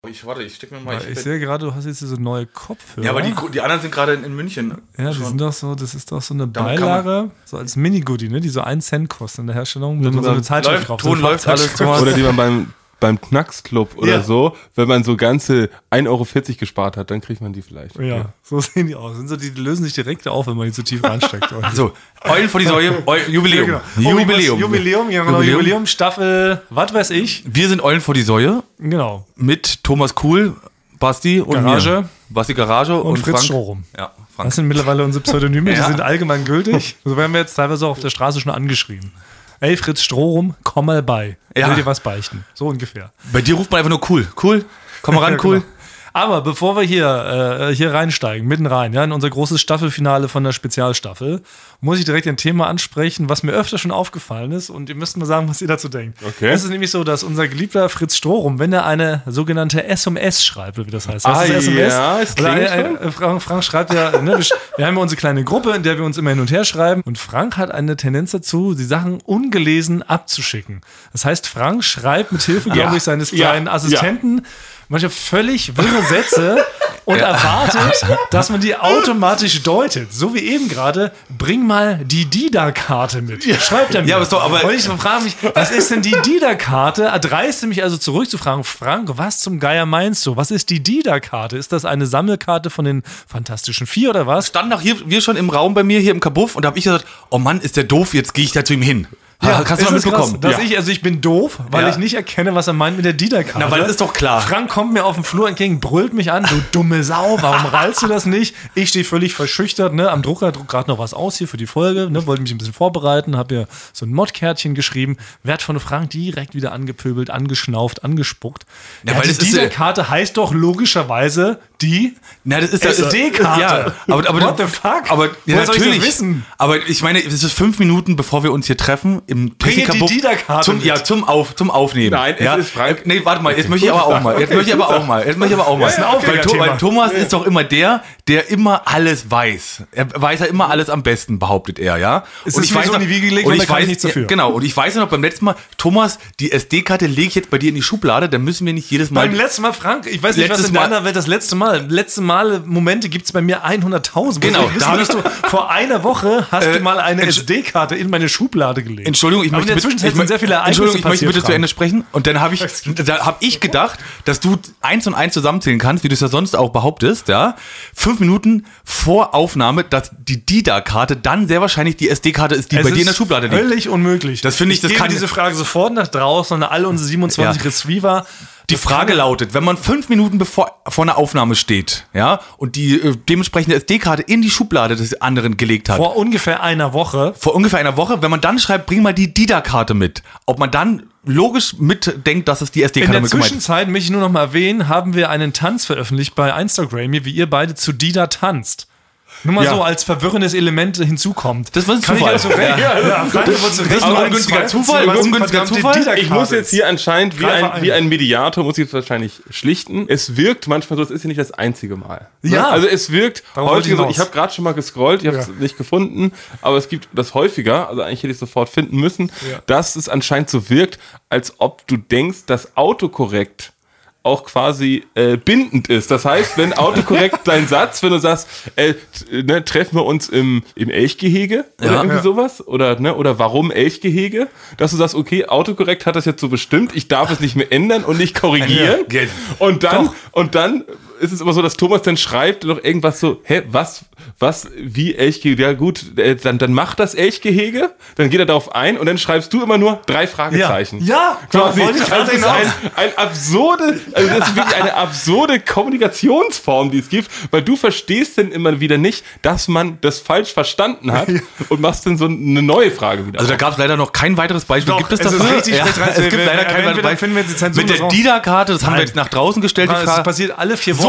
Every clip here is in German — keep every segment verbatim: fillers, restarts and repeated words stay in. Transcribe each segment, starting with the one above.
ich warte, ich steck mir mal. Ich, ich sehe gerade, du hast jetzt diese neue Kopfhörer. Ja, aber die, die anderen sind gerade in, in München. Ja, die schon. sind doch so, das ist doch so eine Beilage, so als Mini-Goodie, ne, die so einen Cent kosten in der Herstellung, wenn man so eine Zeitschrift läuft, drauf Ton so läuft alles, Thomas. Oder die man beim, beim Knacksclub oder Ja. so, wenn man so ganze ein Euro vierzig gespart hat, dann kriegt man die vielleicht. Ja, ja, so sehen die aus. Sind so, die lösen sich direkt auf, wenn man die zu tief reinsteckt. So, Eulen vor die Säue, Eu Jubiläum. Ja, genau. Jubiläum. Oh, Jubiläum, ja, genau. Jubiläum. Jubiläum, Staffel, was weiß ich. Wir sind Eulen vor die Säue Genau. mit Thomas Kuhl, Basti und Garage. mir. Basti Garage und, Und Fritz Frank. Strohrum. Ja, Das Frank. sind mittlerweile unsere Pseudonyme, die Ja. sind allgemein gültig. So werden wir jetzt teilweise auch auf der Straße schon angeschrieben. Ey, Fritz Strohrum, komm mal bei. Ich Ja. will dir was beichten. So ungefähr. Bei dir ruft man einfach nur cool. Cool. Komm mal ran, Ja, cool. genau. Aber bevor wir hier, äh, hier reinsteigen, mitten rein, ja, in unser großes Staffelfinale von der Spezialstaffel, muss ich direkt ein Thema ansprechen, was mir öfter schon aufgefallen ist, und ihr müsst mal sagen, was ihr dazu denkt. Okay. Es ist nämlich so, dass unser geliebter Fritz Strohrum, wenn er eine sogenannte S M S schreibt, oder wie das heißt. Ah, heißt das S M S? ja, es Oder, klingt äh, äh, Frank, Frank schreibt ja, ne, wir, sch- wir haben ja unsere kleine Gruppe, in der wir uns immer hin und her schreiben, und Frank hat eine Tendenz dazu, die Sachen ungelesen abzuschicken. Das heißt, Frank schreibt mit Hilfe, glaube ich, seines Ja. kleinen Ja. Assistenten manchmal völlig wirre Sätze und erwartet, dass man die automatisch deutet. So wie eben gerade, bring mal die Dida-Karte mit. Schreibt er mir. Ja, aber ist doch- aber- und ich frage mich, was ist denn die Dida-Karte? Erdreiste mich also zurückzufragen, Frank, was zum Geier meinst du? Was ist die Dida-Karte? Ist das eine Sammelkarte von den Fantastischen Vier oder was? Standen auch hier, wir schon im Raum bei mir, hier im Kabuff, und da habe ich gesagt, oh Mann, ist der doof, jetzt gehe ich da zu ihm hin. Ha, kannst du mal ist es mitbekommen? krass, dass Ja. ich, also ich bin doof, weil Ja. ich nicht erkenne, was er meint mit der Dida-Karte. Na, weil das ist doch klar. Frank kommt mir auf dem Flur entgegen, brüllt mich an, du dumme Sau, warum rallst du das nicht? Ich stehe völlig verschüchtert, ne, am Drucker, druck gerade noch was aus hier für die Folge, ne, wollte mich ein bisschen vorbereiten, habe hier so ein Modkärtchen geschrieben, werd von Frank direkt wieder angepöbelt, angeschnauft, angespuckt. Ja, Ja, weil die das ist, äh, Dida-Karte heißt doch logischerweise die Na, das ist S D-Karte. Ja, aber, aber, What the fuck? Aber ja, Woher soll ich das natürlich. wissen? Aber ich meine, es ist fünf Minuten, bevor wir uns hier treffen im Bringe die Technikerbuff Dida-Karte zum mit. ja zum auf zum Aufnehmen. Nein, es ja? ist Frank. Äh, Nee, warte mal, jetzt möchte ich aber auch mal. Jetzt möchte ich aber auch mal. Jetzt möchte ich aber auch mal. ist ein weil, aufreger Tho- Thema. weil Thomas ist doch immer der, der immer alles weiß. Er weiß ja immer alles am besten, behauptet er, ja. Es ist mir so in die Wiege gelegt, und und da ich kann ich weiß nichts dafür. Ja, genau. Und ich weiß ja noch beim letzten Mal, Thomas, die S D-Karte lege ich jetzt bei dir in die Schublade. Dann müssen wir nicht jedes Mal. Beim letzten Mal, Frank, ich weiß nicht, was Letztes in der Mal- anderen Welt das letzte Mal. Letzte Mal, Momente gibt es bei mir hunderttausend. Genau, Da da- hast du vor einer Woche hast Äh, du mal eine Entsch- S D-Karte in meine Schublade gelegt. Entschuldigung, ich Aber möchte in der bitte- Zwischenzeit ich sind mö- sehr viele Ereignisse Entschuldigung, ich möchte passiert, bitte zu Frank. Ende sprechen. Und dann habe ich, da habe ich gedacht, dass du eins und eins zusammenzählen kannst, wie du es ja sonst auch behauptest, ja. Fünf Minuten vor Aufnahme, dass die Dida-Karte dann sehr wahrscheinlich die S D-Karte ist, die Es bei dir in ist der Schublade liegt. Völlig unmöglich. Das finde ich, das gebe kann- diese Frage sofort nach draußen und alle unsere siebenundzwanzig Ja. Receiver. Die Frage lautet, wenn man fünf Minuten bevor vor einer Aufnahme steht, ja, und die äh, dementsprechende S D-Karte in die Schublade des anderen gelegt hat, Vor ungefähr einer Woche. vor ungefähr einer Woche, wenn man dann schreibt, bring mal die Dida-Karte mit, ob man dann logisch mitdenkt, dass es die S In D-Karte der mit gemeint ist. Zwischenzeit möchte ich nur noch mal erwähnen, haben wir einen Tanz veröffentlicht bei Instagram, wie ihr beide zu Dida tanzt. Nur mal Ja. so als verwirrendes Element hinzukommt. Das war ein Kann Zufall. Ich also recht, ja. Ja, Frank, du wolltest recht ist ein mal ungünstiger im Zufall, Zweifel, ungünstiger verdammte Zufall. Dida-Karte Ich muss jetzt hier anscheinend wie Greife ein, wie ein. ein Mediator, muss ich es wahrscheinlich schlichten. Es wirkt manchmal so, es ist ja nicht das einzige Mal. Ja. Ne? Also es wirkt Darauf wollte ich häufiger so, hinaus. ich habe gerade schon mal gescrollt, ich habe es Ja. nicht gefunden, aber es gibt das häufiger, also eigentlich hätte ich es sofort finden müssen, Ja. dass es anscheinend so wirkt, als ob du denkst, dass autokorrekt auch quasi äh, bindend ist. Das heißt, wenn autokorrekt dein Satz, wenn du sagst, äh, t- ne, treffen wir uns im, im Elchgehege oder Ja. irgendwie Ja. sowas, oder, ne, oder warum Elchgehege, dass du sagst, okay, autokorrekt hat das jetzt so bestimmt, ich darf es nicht mehr ändern und nicht korrigieren. Ja. Und dann, Doch. und dann ist es immer so, dass Thomas dann schreibt noch irgendwas so, hä, was, was, wie Elchgehege? Ja gut, äh, dann, dann mach das Elchgehege, dann geht er darauf ein und dann schreibst du immer nur drei Fragezeichen. Ja, Quasi, darauf wollte ich gerade das ist hinaus. ein, ein absurde, also das ist wirklich eine absurde Kommunikationsform, die es gibt, weil du verstehst dann immer wieder nicht, dass man das falsch verstanden hat und machst dann so eine neue Frage wieder. Also da gab es leider noch kein weiteres Beispiel. Doch, gibt es es ist dafür? richtig ja, schlecht rein- es gibt wir- leider wir- kein entweder weiteres finden wir jetzt die Zensur Mit der raus. Dida-Karte, das haben wir Nein. jetzt nach draußen gestellt. Die Es Frage. passiert alle vier Wochen.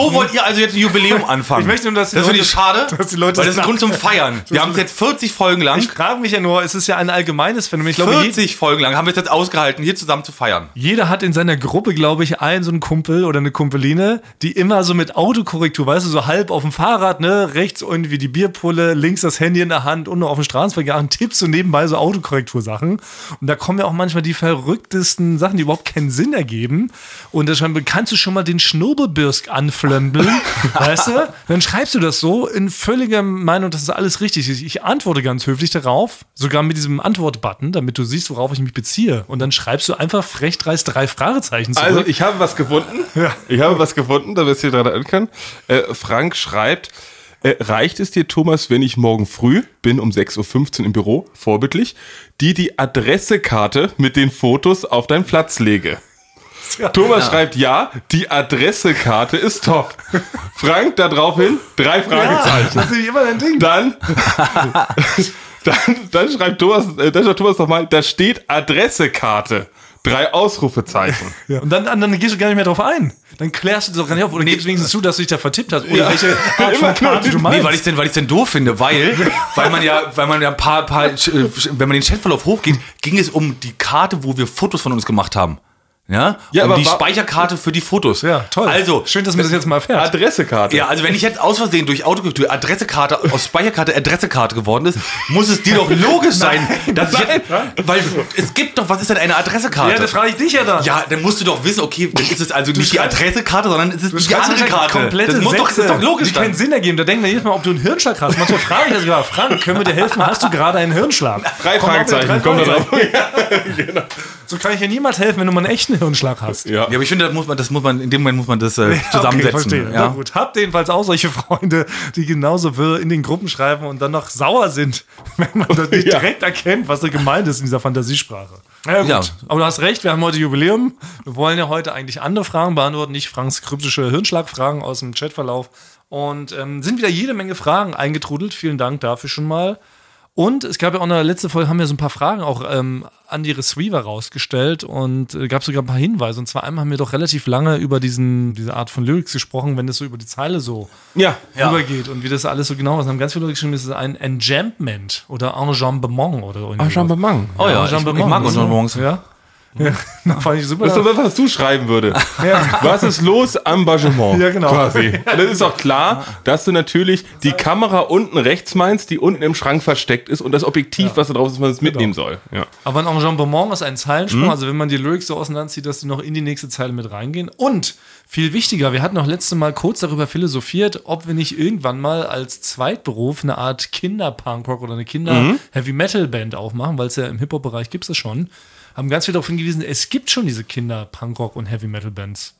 So wollt ihr also jetzt ein Jubiläum anfangen. Ich möchte nur, dass die das finde Leute- ich schade, dass die Leute weil das ist das Grund zum Feiern. Wir haben es jetzt vierzig Folgen lang, Ich frage mich ja nur, es ist ja ein allgemeines Phänomen. Ich glaube, je, vierzig Folgen lang haben wir es jetzt ausgehalten, hier zusammen zu feiern. jeder hat in seiner Gruppe, glaube ich, einen so einen Kumpel oder eine Kumpeline, die immer so mit Autokorrektur, weißt du, so halb auf dem Fahrrad, ne, rechts irgendwie die Bierpulle, links das Handy in der Hand und noch auf dem Straßenverkehr und tippst so nebenbei so Autokorrektursachen. Und da kommen ja auch manchmal die verrücktesten Sachen, die überhaupt keinen Sinn ergeben. Und da schreiben, kannst du schon mal den Schnurrbelbürst anflömbeln, weißt du? Dann schreibst du das so in völliger Meinung, das ist alles richtig. Ich, ich antworte ganz höflich darauf, sogar mit diesem Antwort-Button, damit du siehst, worauf ich mich beziehe. Und dann schreibst du einfach frech dreist drei Fragezeichen zurück. Also, ich habe was gefunden. Ja. Ich habe was gefunden, da wir es hier dran erinnern können. Äh, Frank schreibt, äh, reicht es dir, Thomas, wenn ich morgen früh, bin um sechs Uhr fünfzehn im Büro, vorbildlich, die die Adressekarte mit den Fotos auf deinen Platz lege? Ja. Thomas schreibt, ja, die Adressekarte ist top. Frank daraufhin, drei Fragezeichen. Das ist nämlich immer dein Ding. Dann, dann, dann schreibt Thomas, äh, dann schreibt Thomas nochmal, da steht Adressekarte. Drei Ausrufezeichen. Ja. Und dann, dann gehst du gar nicht mehr drauf ein. Dann klärst du das auch gar nicht auf. Oder gibst wenigstens zu, dass du dich da vertippt hast. Oder Ja. welche Art von Karte du meinst. Nee, weil ich denn, weil ich denn doof finde, weil, weil man ja, weil man ja ein paar, paar, äh, wenn man den Chatverlauf hochgeht, ging es um die Karte, wo wir Fotos von uns gemacht haben. Ja, Ja, um aber die wa- Speicherkarte für die Fotos. Ja, toll. Also, schön, dass mir das jetzt mal erfährt. Adressekarte. ja, also wenn ich jetzt aus Versehen durch Autokorrektur Adressekarte aus Speicherkarte Adressekarte geworden ist, muss es dir doch logisch sein, dass ich jetzt, weil es gibt doch, was ist denn eine Adressekarte? Ja, das frage ich dich ja dann. Ja, dann musst du doch wissen, okay, dann ist es also nicht die schreibst- Adressekarte, sondern es ist Du die schreibst andere halt Karte. komplette Das muss doch, das ist doch Sätze, logisch die keinen dann. Sinn ergeben. Da denkt man jedes Mal, ob du einen Hirnschlag hast. Manchmal frage ich das sogar, Frank, können wir dir helfen? Hast du gerade einen Hirnschlag? Drei Komm, Fragezeichen, drei komm da drauf. Fragezeichen. So kann ich dir niemals helfen, wenn du mal einen echten Hirnschlag hast. Ja. Ja, aber ich finde, das muss man, das muss man, in dem Moment muss man das äh, zusammensetzen. Okay, verstehe. Na ja. gut. Habt jedenfalls auch solche Freunde, die genauso wirr in den Gruppen schreiben und dann noch sauer sind, wenn man das nicht Ja. direkt erkennt, was da gemeint ist in dieser Fantasiesprache. Ja, gut. Ja. Aber du hast recht, wir haben heute Jubiläum. Wir wollen ja heute eigentlich andere Fragen beantworten, nicht Franks kryptische Hirnschlagfragen aus dem Chatverlauf. Und ähm, sind wieder jede Menge Fragen eingetrudelt. Vielen Dank dafür schon mal. Und es gab ja auch in der letzten Folge, haben wir so ein paar Fragen auch ähm, an die Receiver rausgestellt und äh, gab sogar ein paar Hinweise. Und zwar einmal haben wir doch relativ lange über diesen, diese Art von Lyrics gesprochen, wenn das so über die Zeile so Ja. rübergeht und wie das alles so genau ist. Haben ganz viele Leute geschrieben, das ist ein Enjambment oder Enjambement oder irgendwie. Enjambement. Oh ja, ich, ich mag Enjambements. Ja. Ja, fand ich super. Das ist doch das, was du schreiben würde. Was ist los? Engagement. Ja, genau. Quasi. Und dann ist auch klar, dass du natürlich die Kamera unten rechts meinst, die unten im Schrank versteckt ist und das Objektiv, was da drauf ist, man es mitnehmen soll. Ja. Aber ein Enjambement ist ein Zeilensprung, Mhm. also wenn man die Lyrics so auseinanderzieht, dass die noch in die nächste Zeile mit reingehen. Und viel wichtiger, wir hatten auch letztes Mal kurz darüber philosophiert, ob wir nicht irgendwann mal als Zweitberuf eine Art Kinder-Punkrock oder eine Kinder-Heavy-Metal-Band aufmachen, weil es ja im Hip-Hop-Bereich gibt es schon. Haben ganz viel darauf hingewiesen, es gibt schon diese Kinder-Punkrock- und Heavy-Metal-Bands.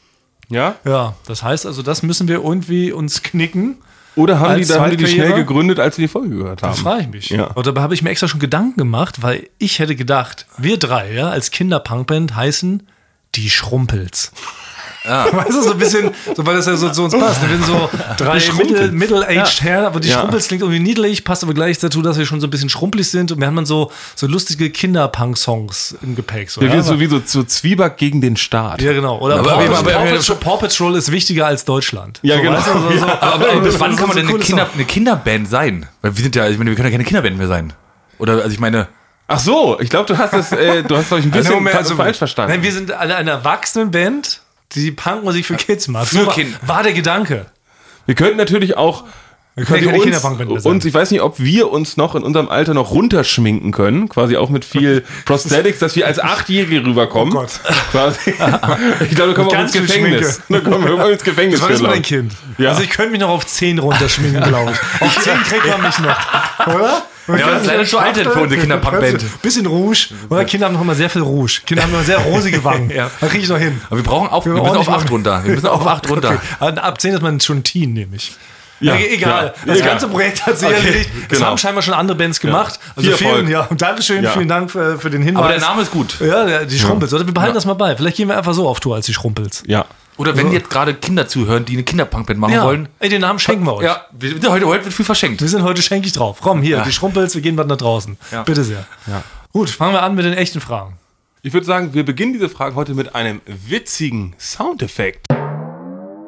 Ja? Ja, das heißt also, das müssen wir irgendwie uns knicken. Oder haben die, Als da haben die die schnell Zweitkarriere? gegründet, als sie die Folge gehört haben? Das frage ich mich. Ja. Und dabei habe ich mir extra schon Gedanken gemacht, weil ich hätte gedacht, wir drei, ja, als Kinderpunkband heißen die Schrumpels. Weißt du, so ein bisschen, so, weil das ja so zu uns passt. Wir sind so drei Middle- Middle-aged Herren, aber die Ja. Schrumpels klingt irgendwie niedlich, passt aber gleich dazu, dass wir schon so ein bisschen schrumpelig sind und wir haben dann so, so lustige Kinder-Punk-Songs im Gepäck. So, Ja, ja, wie so, wie so, so Zwieback gegen den Staat. ja, genau. Oder Aber- Paw, aber- Paw, aber- Paw, aber- Patrol, Paw Patrol ist wichtiger als Deutschland. Ja, so, genau. weißt du, so, so. Aber, aber bis wann kann man denn eine, coole Kinder, Song. eine Kinderband sein? Weil wir sind ja, ich meine, wir können ja keine Kinderband mehr sein. Oder, also ich meine, Ach so, ich glaube, du hast das, äh, du hast glaube ich ein bisschen Moment, fa- also, falsch verstanden. Nein, wir sind eine, eine Erwachsenenband, die Punkmusik für Kids macht. Für war, Kinder. war der Gedanke. Wir könnten natürlich auch Wir können ja keine Kinderpunkband mehr sein. uns, ich weiß nicht, ob wir uns noch in unserem Alter noch runterschminken können, quasi auch mit viel Prosthetics, dass wir als Achtjährige rüberkommen. Oh Gott. Quasi. Ich glaube, da kommen wir auch ins Ganz viel Gefängnis. Da kommen wir irgendwann ins Gefängnis. Das war jetzt mal für ein Kind. Ja. Also ich könnte mich noch auf zehn runterschminken, glaube ich. Auf zehn kriegt man mich noch. Oder? Ja, das ist leider zu alt für unsere Kinderpunkband. Bisschen Rouge. Oder Kinder haben noch immer sehr viel Rouge. Kinder haben immer sehr rosige Wangen. Ja. Da kriege ich noch hin. aber wir brauchen auf, wir Wir müssen brauchen auf nicht acht mal- runter. Wir müssen auf acht runter. Okay. Aber ab zehn ist man schon Teen, nämlich. Ja, Ja, egal. ja. Das Ja. ganze Projekt hat sich Okay, erledigt. Das genau. haben scheinbar schon andere Bands gemacht. Also Viel vielen, Erfolg. ja. Und Dankeschön, Ja. vielen Dank für, für den Hinweis. Aber der Name ist gut. Ja, der, die Schrumpels. Oder wir behalten das mal bei. Vielleicht gehen wir einfach so auf Tour als die Schrumpels. Ja. Oder wenn jetzt gerade Kinder zuhören, die eine Kinderpunkband machen Ja. wollen. Ey, den Namen schenken wir euch. Ja, wir, heute, heute wird viel verschenkt. Wir sind heute schenkig drauf. Komm, hier, Ja. die Schrumpels, wir gehen bald nach draußen. Ja. Bitte sehr. Ja. Gut, fangen wir an mit den echten Fragen. Ich würde sagen, wir beginnen diese Frage heute mit einem witzigen Soundeffekt.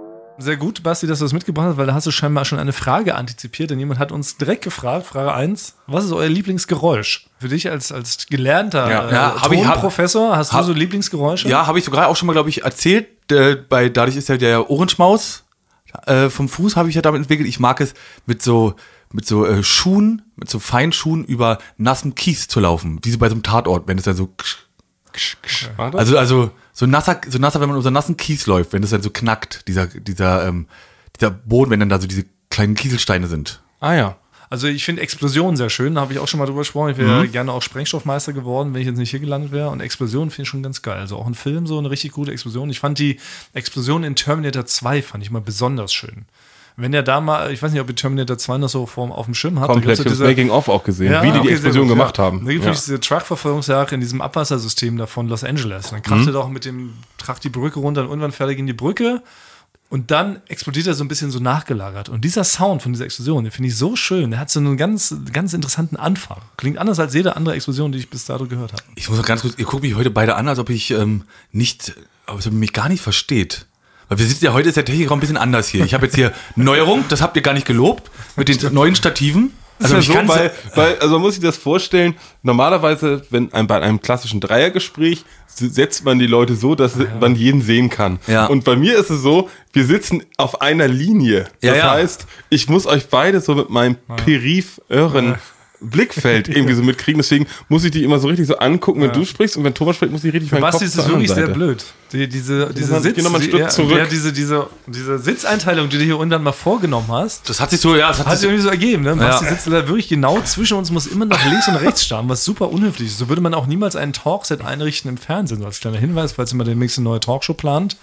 sehr gut, Basti, dass du das mitgebracht hast, weil da hast du scheinbar schon eine Frage antizipiert, denn jemand hat uns direkt gefragt, Frage eins, was ist euer Lieblingsgeräusch? Für dich als, als gelernter Ja, äh, ja, hab ich- hab- Tonprofessor, hast hab- du so Lieblingsgeräusche? Ja, habe ich sogar auch schon mal, glaube ich, erzählt. Äh, bei, dadurch ist ja der Ohrenschmaus äh, vom Fuß, habe ich ja damit entwickelt. Ich mag es mit so, mit so äh, Schuhen, mit so Feinschuhen über nassen Kies zu laufen. Wie so bei so einem Tatort, wenn es dann so... ksch, ksch, ksch. War das? Also, also so nasser, so nasser, wenn man über so nassen Kies läuft, wenn es dann so knackt, dieser, dieser, ähm, dieser Boden, wenn dann da so diese kleinen Kieselsteine sind. Ah ja. Also ich finde Explosionen sehr schön, da habe ich auch schon mal drüber gesprochen. Ich wäre gerne auch Sprengstoffmeister geworden, wenn ich jetzt nicht hier gelandet wäre. Und Explosionen finde ich schon ganz geil. Also auch ein Film, so eine richtig gute Explosion. Ich fand die Explosion in Terminator zwei, fand ich mal besonders schön. Wenn der da mal, ich weiß nicht, ob ihr Terminator zwei noch so vor, auf dem Schirm habt. Komplett, ich habe das Making-of auch gesehen, wie die okay, die Explosion sehr gut, gemacht ja. haben. Da gibt es Ja. diese Truck-Verfolgungsjagd in diesem Abwassersystem da von Los Angeles. Dann kracht er doch mit dem, tracht die Brücke runter und irgendwann fährt er gegen die Brücke und dann explodiert er so ein bisschen so nachgelagert. Und dieser Sound von dieser Explosion, den finde ich so schön. Der hat so einen ganz, ganz interessanten Anfang. Klingt anders als jede andere Explosion, die ich bis dato gehört habe. Ich muss noch ganz kurz, ihr guckt mich heute beide an, als ob ich ähm, nicht, als ob ihr mich gar nicht versteht. Weil wir sitzen ja, heute ist der Technikraum ein bisschen anders hier. Ich habe jetzt hier Neuerung, das habt ihr gar nicht gelobt, mit den neuen Stativen. Also ich ja so, kann's- weil, weil, also man muss sich das vorstellen, normalerweise, wenn ein, bei einem klassischen Dreiergespräch setzt man die Leute so, dass man jeden sehen kann. Ja. Und bei mir ist es so, wir sitzen auf einer Linie. Das Ja, ja. heißt, ich muss euch beide so mit meinem Periph-Öhren Blickfeld irgendwie so mitkriegen, deswegen muss ich dich immer so richtig so angucken, wenn du sprichst, und wenn Thomas spricht, muss ich richtig meinen Kopf Basti ist zur es wirklich anderen sehr Seite. blöd. Die, diese, diese, noch- Sitz, geh noch mal ein die- Stück ja, zurück. Ja, diese, diese, diese Sitzeinteilung, die du hier unten mal vorgenommen hast, Das hat sich so, ja, das hat, hat sich sich irgendwie so ergeben. Ne? Basti Ja. sitzt da wirklich genau zwischen uns, muss immer nach links und rechts starren, was super unhöflich ist. So würde man auch niemals einen Talkset einrichten im Fernsehen. So als kleiner Hinweis, falls ihr mal demnächst eine neue Talkshow plant.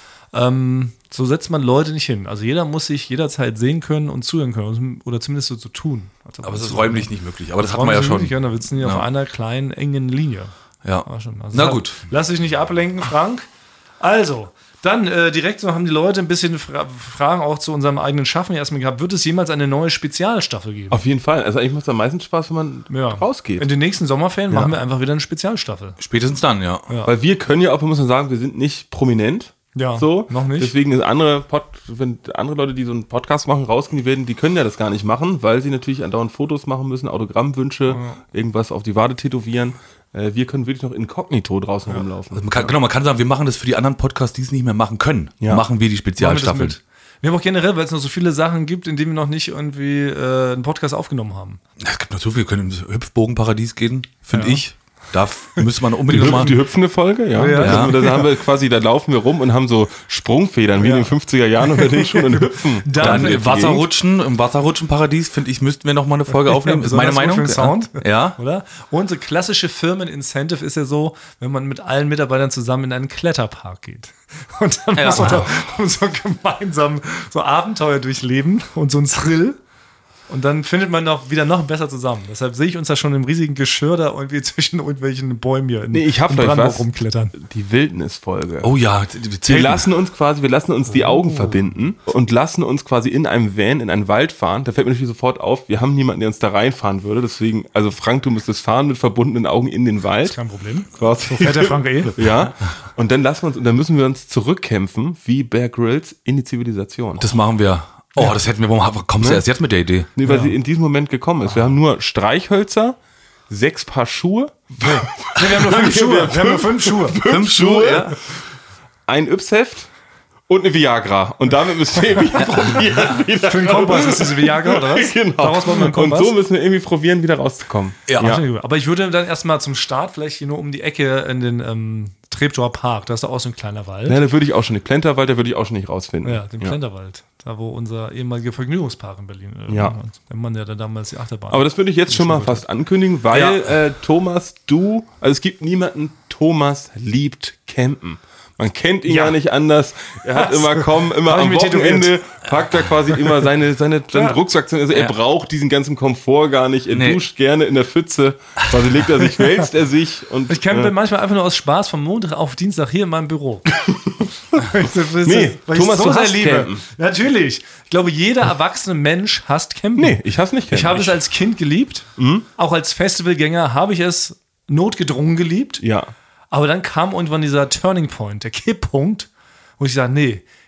Ähm, so setzt man Leute nicht hin. Also jeder muss sich jederzeit sehen können und zuhören können. Oder zumindest so zu tun. Also aber es ist räumlich nicht möglich. Aber das hatten wir ja schon. Ja, da sitzen die auf Ja. einer kleinen, engen Linie. Ja. War schon. Also Na das- gut. Lass dich nicht ablenken, Frank. Also, dann äh, direkt so haben die Leute ein bisschen Fra Fragen auch zu unserem eigenen Schaffen erstmal gehabt. Wird es jemals eine neue Spezialstaffel geben? Auf jeden Fall. Also eigentlich macht es am meisten Spaß, wenn man Ja. rausgeht. In den nächsten Sommerferien machen wir einfach wieder eine Spezialstaffel. Spätestens dann, ja. Weil wir können ja auch, muss man sagen, wir sind nicht prominent. Ja, so. noch nicht. Deswegen ist andere Pod, wenn andere Leute, die so einen Podcast machen, rausgehen, die werden, die können ja das gar nicht machen, weil sie natürlich andauernd Fotos machen müssen, Autogrammwünsche, irgendwas auf die Wade tätowieren. Äh, wir können wirklich noch inkognito draußen rumlaufen. Also man kann, genau, man kann sagen, wir machen das für die anderen Podcasts, die es nicht mehr machen können. Ja. Machen wir die Machen wir das Spezialstaffel. mit. Wir haben auch generell, weil es noch so viele Sachen gibt, in denen wir noch nicht irgendwie äh, einen Podcast aufgenommen haben. Es gibt noch so viel, wir können ins Hüpfbogenparadies gehen, finde Ja. ich. Da müsste man Die, unbedingt noch Hüpf, machen. die hüpfende Folge, ja. Ja. Da, da haben wir quasi, da laufen wir rum und haben so Sprungfedern, wie in den fünfziger Jahren oder den schon und hüpfen. Dann durch die Wasserrutschen, im Wasserrutschenparadies, finde ich, müssten wir noch mal eine Folge aufnehmen. Ist meine Besonders gut Meinung. für den Sound. Ja. Oder? Und so klassische Firmen-Incentive ist ja so, wenn man mit allen Mitarbeitern zusammen in einen Kletterpark geht. Und dann Ja. muss man so, so gemeinsam so Abenteuer durchleben und so ein Thrill. Und dann findet man noch wieder noch besser zusammen. Deshalb sehe ich uns da schon im riesigen Geschirr da irgendwie zwischen irgendwelchen Bäumen hier in, Nee, ich hab in gleich Brandenburg was. rumklettern. Die Wildnisfolge. Oh ja, die, die Wir Zelten. lassen uns quasi, wir lassen uns die Augen verbinden und lassen uns quasi in einem Van in einen Wald fahren. Da fällt mir natürlich sofort auf, wir haben niemanden, der uns da reinfahren würde. Deswegen, also Frank, du müsstest fahren mit verbundenen Augen in den Wald. Kein Problem. Quasi. So fährt der Frank eh. Ja. Und dann lassen wir uns, und dann müssen wir uns zurückkämpfen, wie Bear Grylls in die Zivilisation. Das machen wir. Oh, das hätten wir, warum kommst du erst jetzt mit der Idee? Nee, weil sie in diesem Moment gekommen ist. Wir haben nur Streichhölzer, sechs Paar Schuhe, Nee, wir haben nur fünf Schuhe. Wir haben nur fünf Schuhe. fünf Schuhe, ja. ein Yps-Heft und eine Viagra. Und damit müssen wir irgendwie probieren, wieder Für den Kompass ist diese Viagra, oder was? Genau. Daraus machen wir einen Und Kompass. so müssen wir irgendwie probieren, wieder rauszukommen. Ja. Ja. Aber ich würde dann erstmal zum Start vielleicht hier nur um die Ecke in den ähm, Treptower Park. Da ist da auch so ein kleiner Wald. Ja, da würde ich auch schon, den Plenterwald, da würde ich auch schon nicht rausfinden. Ja, den Plenterwald. Da, wo unser ehemaliger Vergnügungspark in Berlin äh, Ja. der Mann, der da damals die Achterbahn. Aber das würde ich jetzt schon mal fast ankündigen, weil Ja. äh, Thomas, du, also es gibt niemanden, Thomas liebt Campen. Man kennt ihn ja, Ja. nicht anders. Er hat Was? immer kommen, immer Hab ich am mir Wochenende packt er quasi immer seine, seine, seinen Ja. Rucksack. Also er Ja. braucht diesen ganzen Komfort gar nicht. Er Nee. duscht gerne in der Pfütze. Quasi legt er sich, wälzt er sich und. ich campe äh, manchmal einfach nur aus Spaß vom Montag auf Dienstag hier in meinem Büro. Nee, Weil Thomas, ich du sehr hasst Campen. Natürlich. Ich glaube, jeder erwachsene Mensch hasst Campen. nee, ich hasse nicht Campen. Ich habe es als Kind geliebt. Auch als Festivalgänger habe ich es notgedrungen geliebt. Ja. Aber dann kam irgendwann dieser Turning Point, der Kipppunkt, wo ich sage, nee,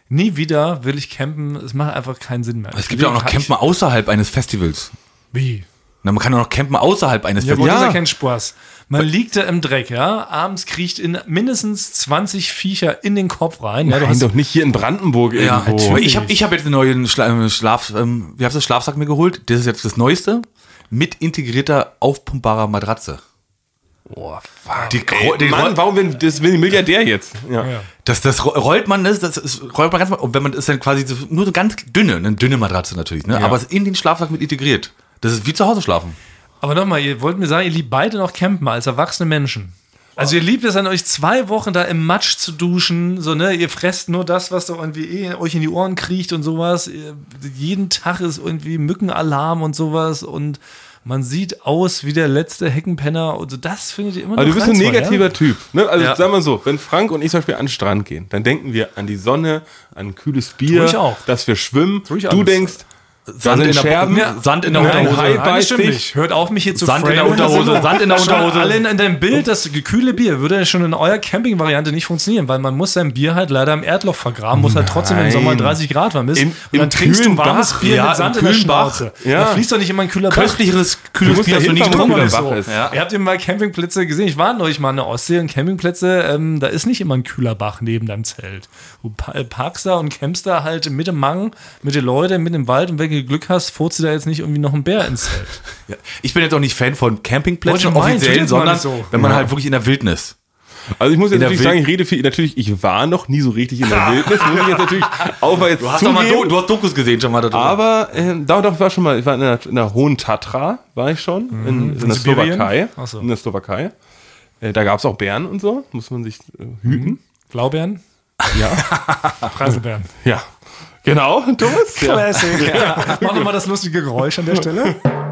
Nie wieder will ich campen. Es macht einfach keinen Sinn mehr. Es gibt ja auch noch Campen außerhalb eines Festivals. Wie? Na, man kann auch noch campen außerhalb eines Ja, Festivals. das ist ja kein Spaß. Man liegt da im Dreck, ja. Abends kriecht in mindestens zwanzig Viecher in den Kopf rein. Ja, du Nein, hast doch nicht hier in Brandenburg Ja, irgendwo. ich habe ich hab jetzt einen neuen Schla Schlaf, ähm, wie hast du das, Schlafsack mir geholt? Das ist jetzt das Neueste. Mit integrierter, aufpumpbarer Matratze. Boah, fuck. Die, Ey, die, Mann, warum will das will ein Milliardär jetzt? Ja. Ja. Das, das rollt man, das, das ist, rollt man ganz mal, und wenn man ist dann quasi so, nur so ganz dünne, eine dünne Matratze natürlich, ne? Ja. Aber es ist in den Schlafsack mit integriert. Das ist wie zu Hause schlafen. Aber nochmal, ihr wollt mir sagen, ihr liebt beide noch campen als erwachsene Menschen. Also ihr liebt es an euch zwei Wochen da im Matsch zu duschen, so, ne, ihr fresst nur das, was da irgendwie eh euch in die Ohren kriecht und sowas. Ihr, jeden Tag ist irgendwie Mückenalarm und sowas und man sieht aus wie der letzte Heckenpenner und so, das findet ihr immer noch Aber du bist ein reizvoll, negativer ja? Typ. Ne? Also Ja. sagen wir so, wenn Frank und ich zum Beispiel an den Strand gehen, dann denken wir an die Sonne, an ein kühles Bier, Tu ich auch. dass wir schwimmen. Tu ich Du alles. denkst, Sand sind in der Scherben. Ja, Sand in der Nein, Unterhose. Hai Nein, beißt das stimmt dich. nicht. Hört auf, mich hier zu Sand in der framen. Unterhose, Sand in der Schon Unterhose. Allein in deinem Bild, das gekühle Bier würde ja schon in eurer Camping-Variante nicht funktionieren, weil man muss sein Bier halt leider im Erdloch vergraben, muss halt trotzdem im Nein. Sommer dreißig Grad warm ist. Im- und dann im trinkst du kühlen warmes Bach. Bier Ja, mit Sand im in der kühlen Bach. Schnauze. Ja. Da fließt doch nicht immer ein kühler Bach. Köstlicheres, Du kühles musst Bier hast du dahin nie fahren, wo getrunken. kühler So. Bach ist. Ja. Ihr habt ja mal Campingplätze gesehen. Ich war neulich mal an der Ostsee und Campingplätze, ähm, da ist nicht immer ein kühler Bach neben deinem Zelt. Du pa- äh, parkst da und campst da halt mit dem Mang, mit den Leuten, mit dem Wald und wenn du Glück hast, furzt du da jetzt nicht irgendwie noch ein Bär ins Zelt. Ja. Ich bin jetzt auch nicht Fan von Campingplätzen Wollte ich meinen, tu offiziellen, jetzt mal sondern nicht so. wenn man Ja. halt wirklich in der Wildnis. Also ich muss jetzt In der natürlich Wild- sagen, ich rede viel, natürlich, ich war noch nie so richtig in der Wildnis, muss ich jetzt natürlich auch mal jetzt Du hast doch mal zugeben. Do du hast Dokus gesehen schon mal darüber. Aber äh, da doch, ich war schon mal, ich war in der, in der Hohen Tatra, war ich schon, in, in der Sibirien? Slowakei. Ach so. In der Slowakei. Äh, da gab es auch Bären und so, muss man sich äh, hüten. Blaubeeren? Ja. Preiselbeeren. Ja. Genau, Thomas? Ja. Classic. Ja. Mach nochmal das lustige Geräusch an der Stelle.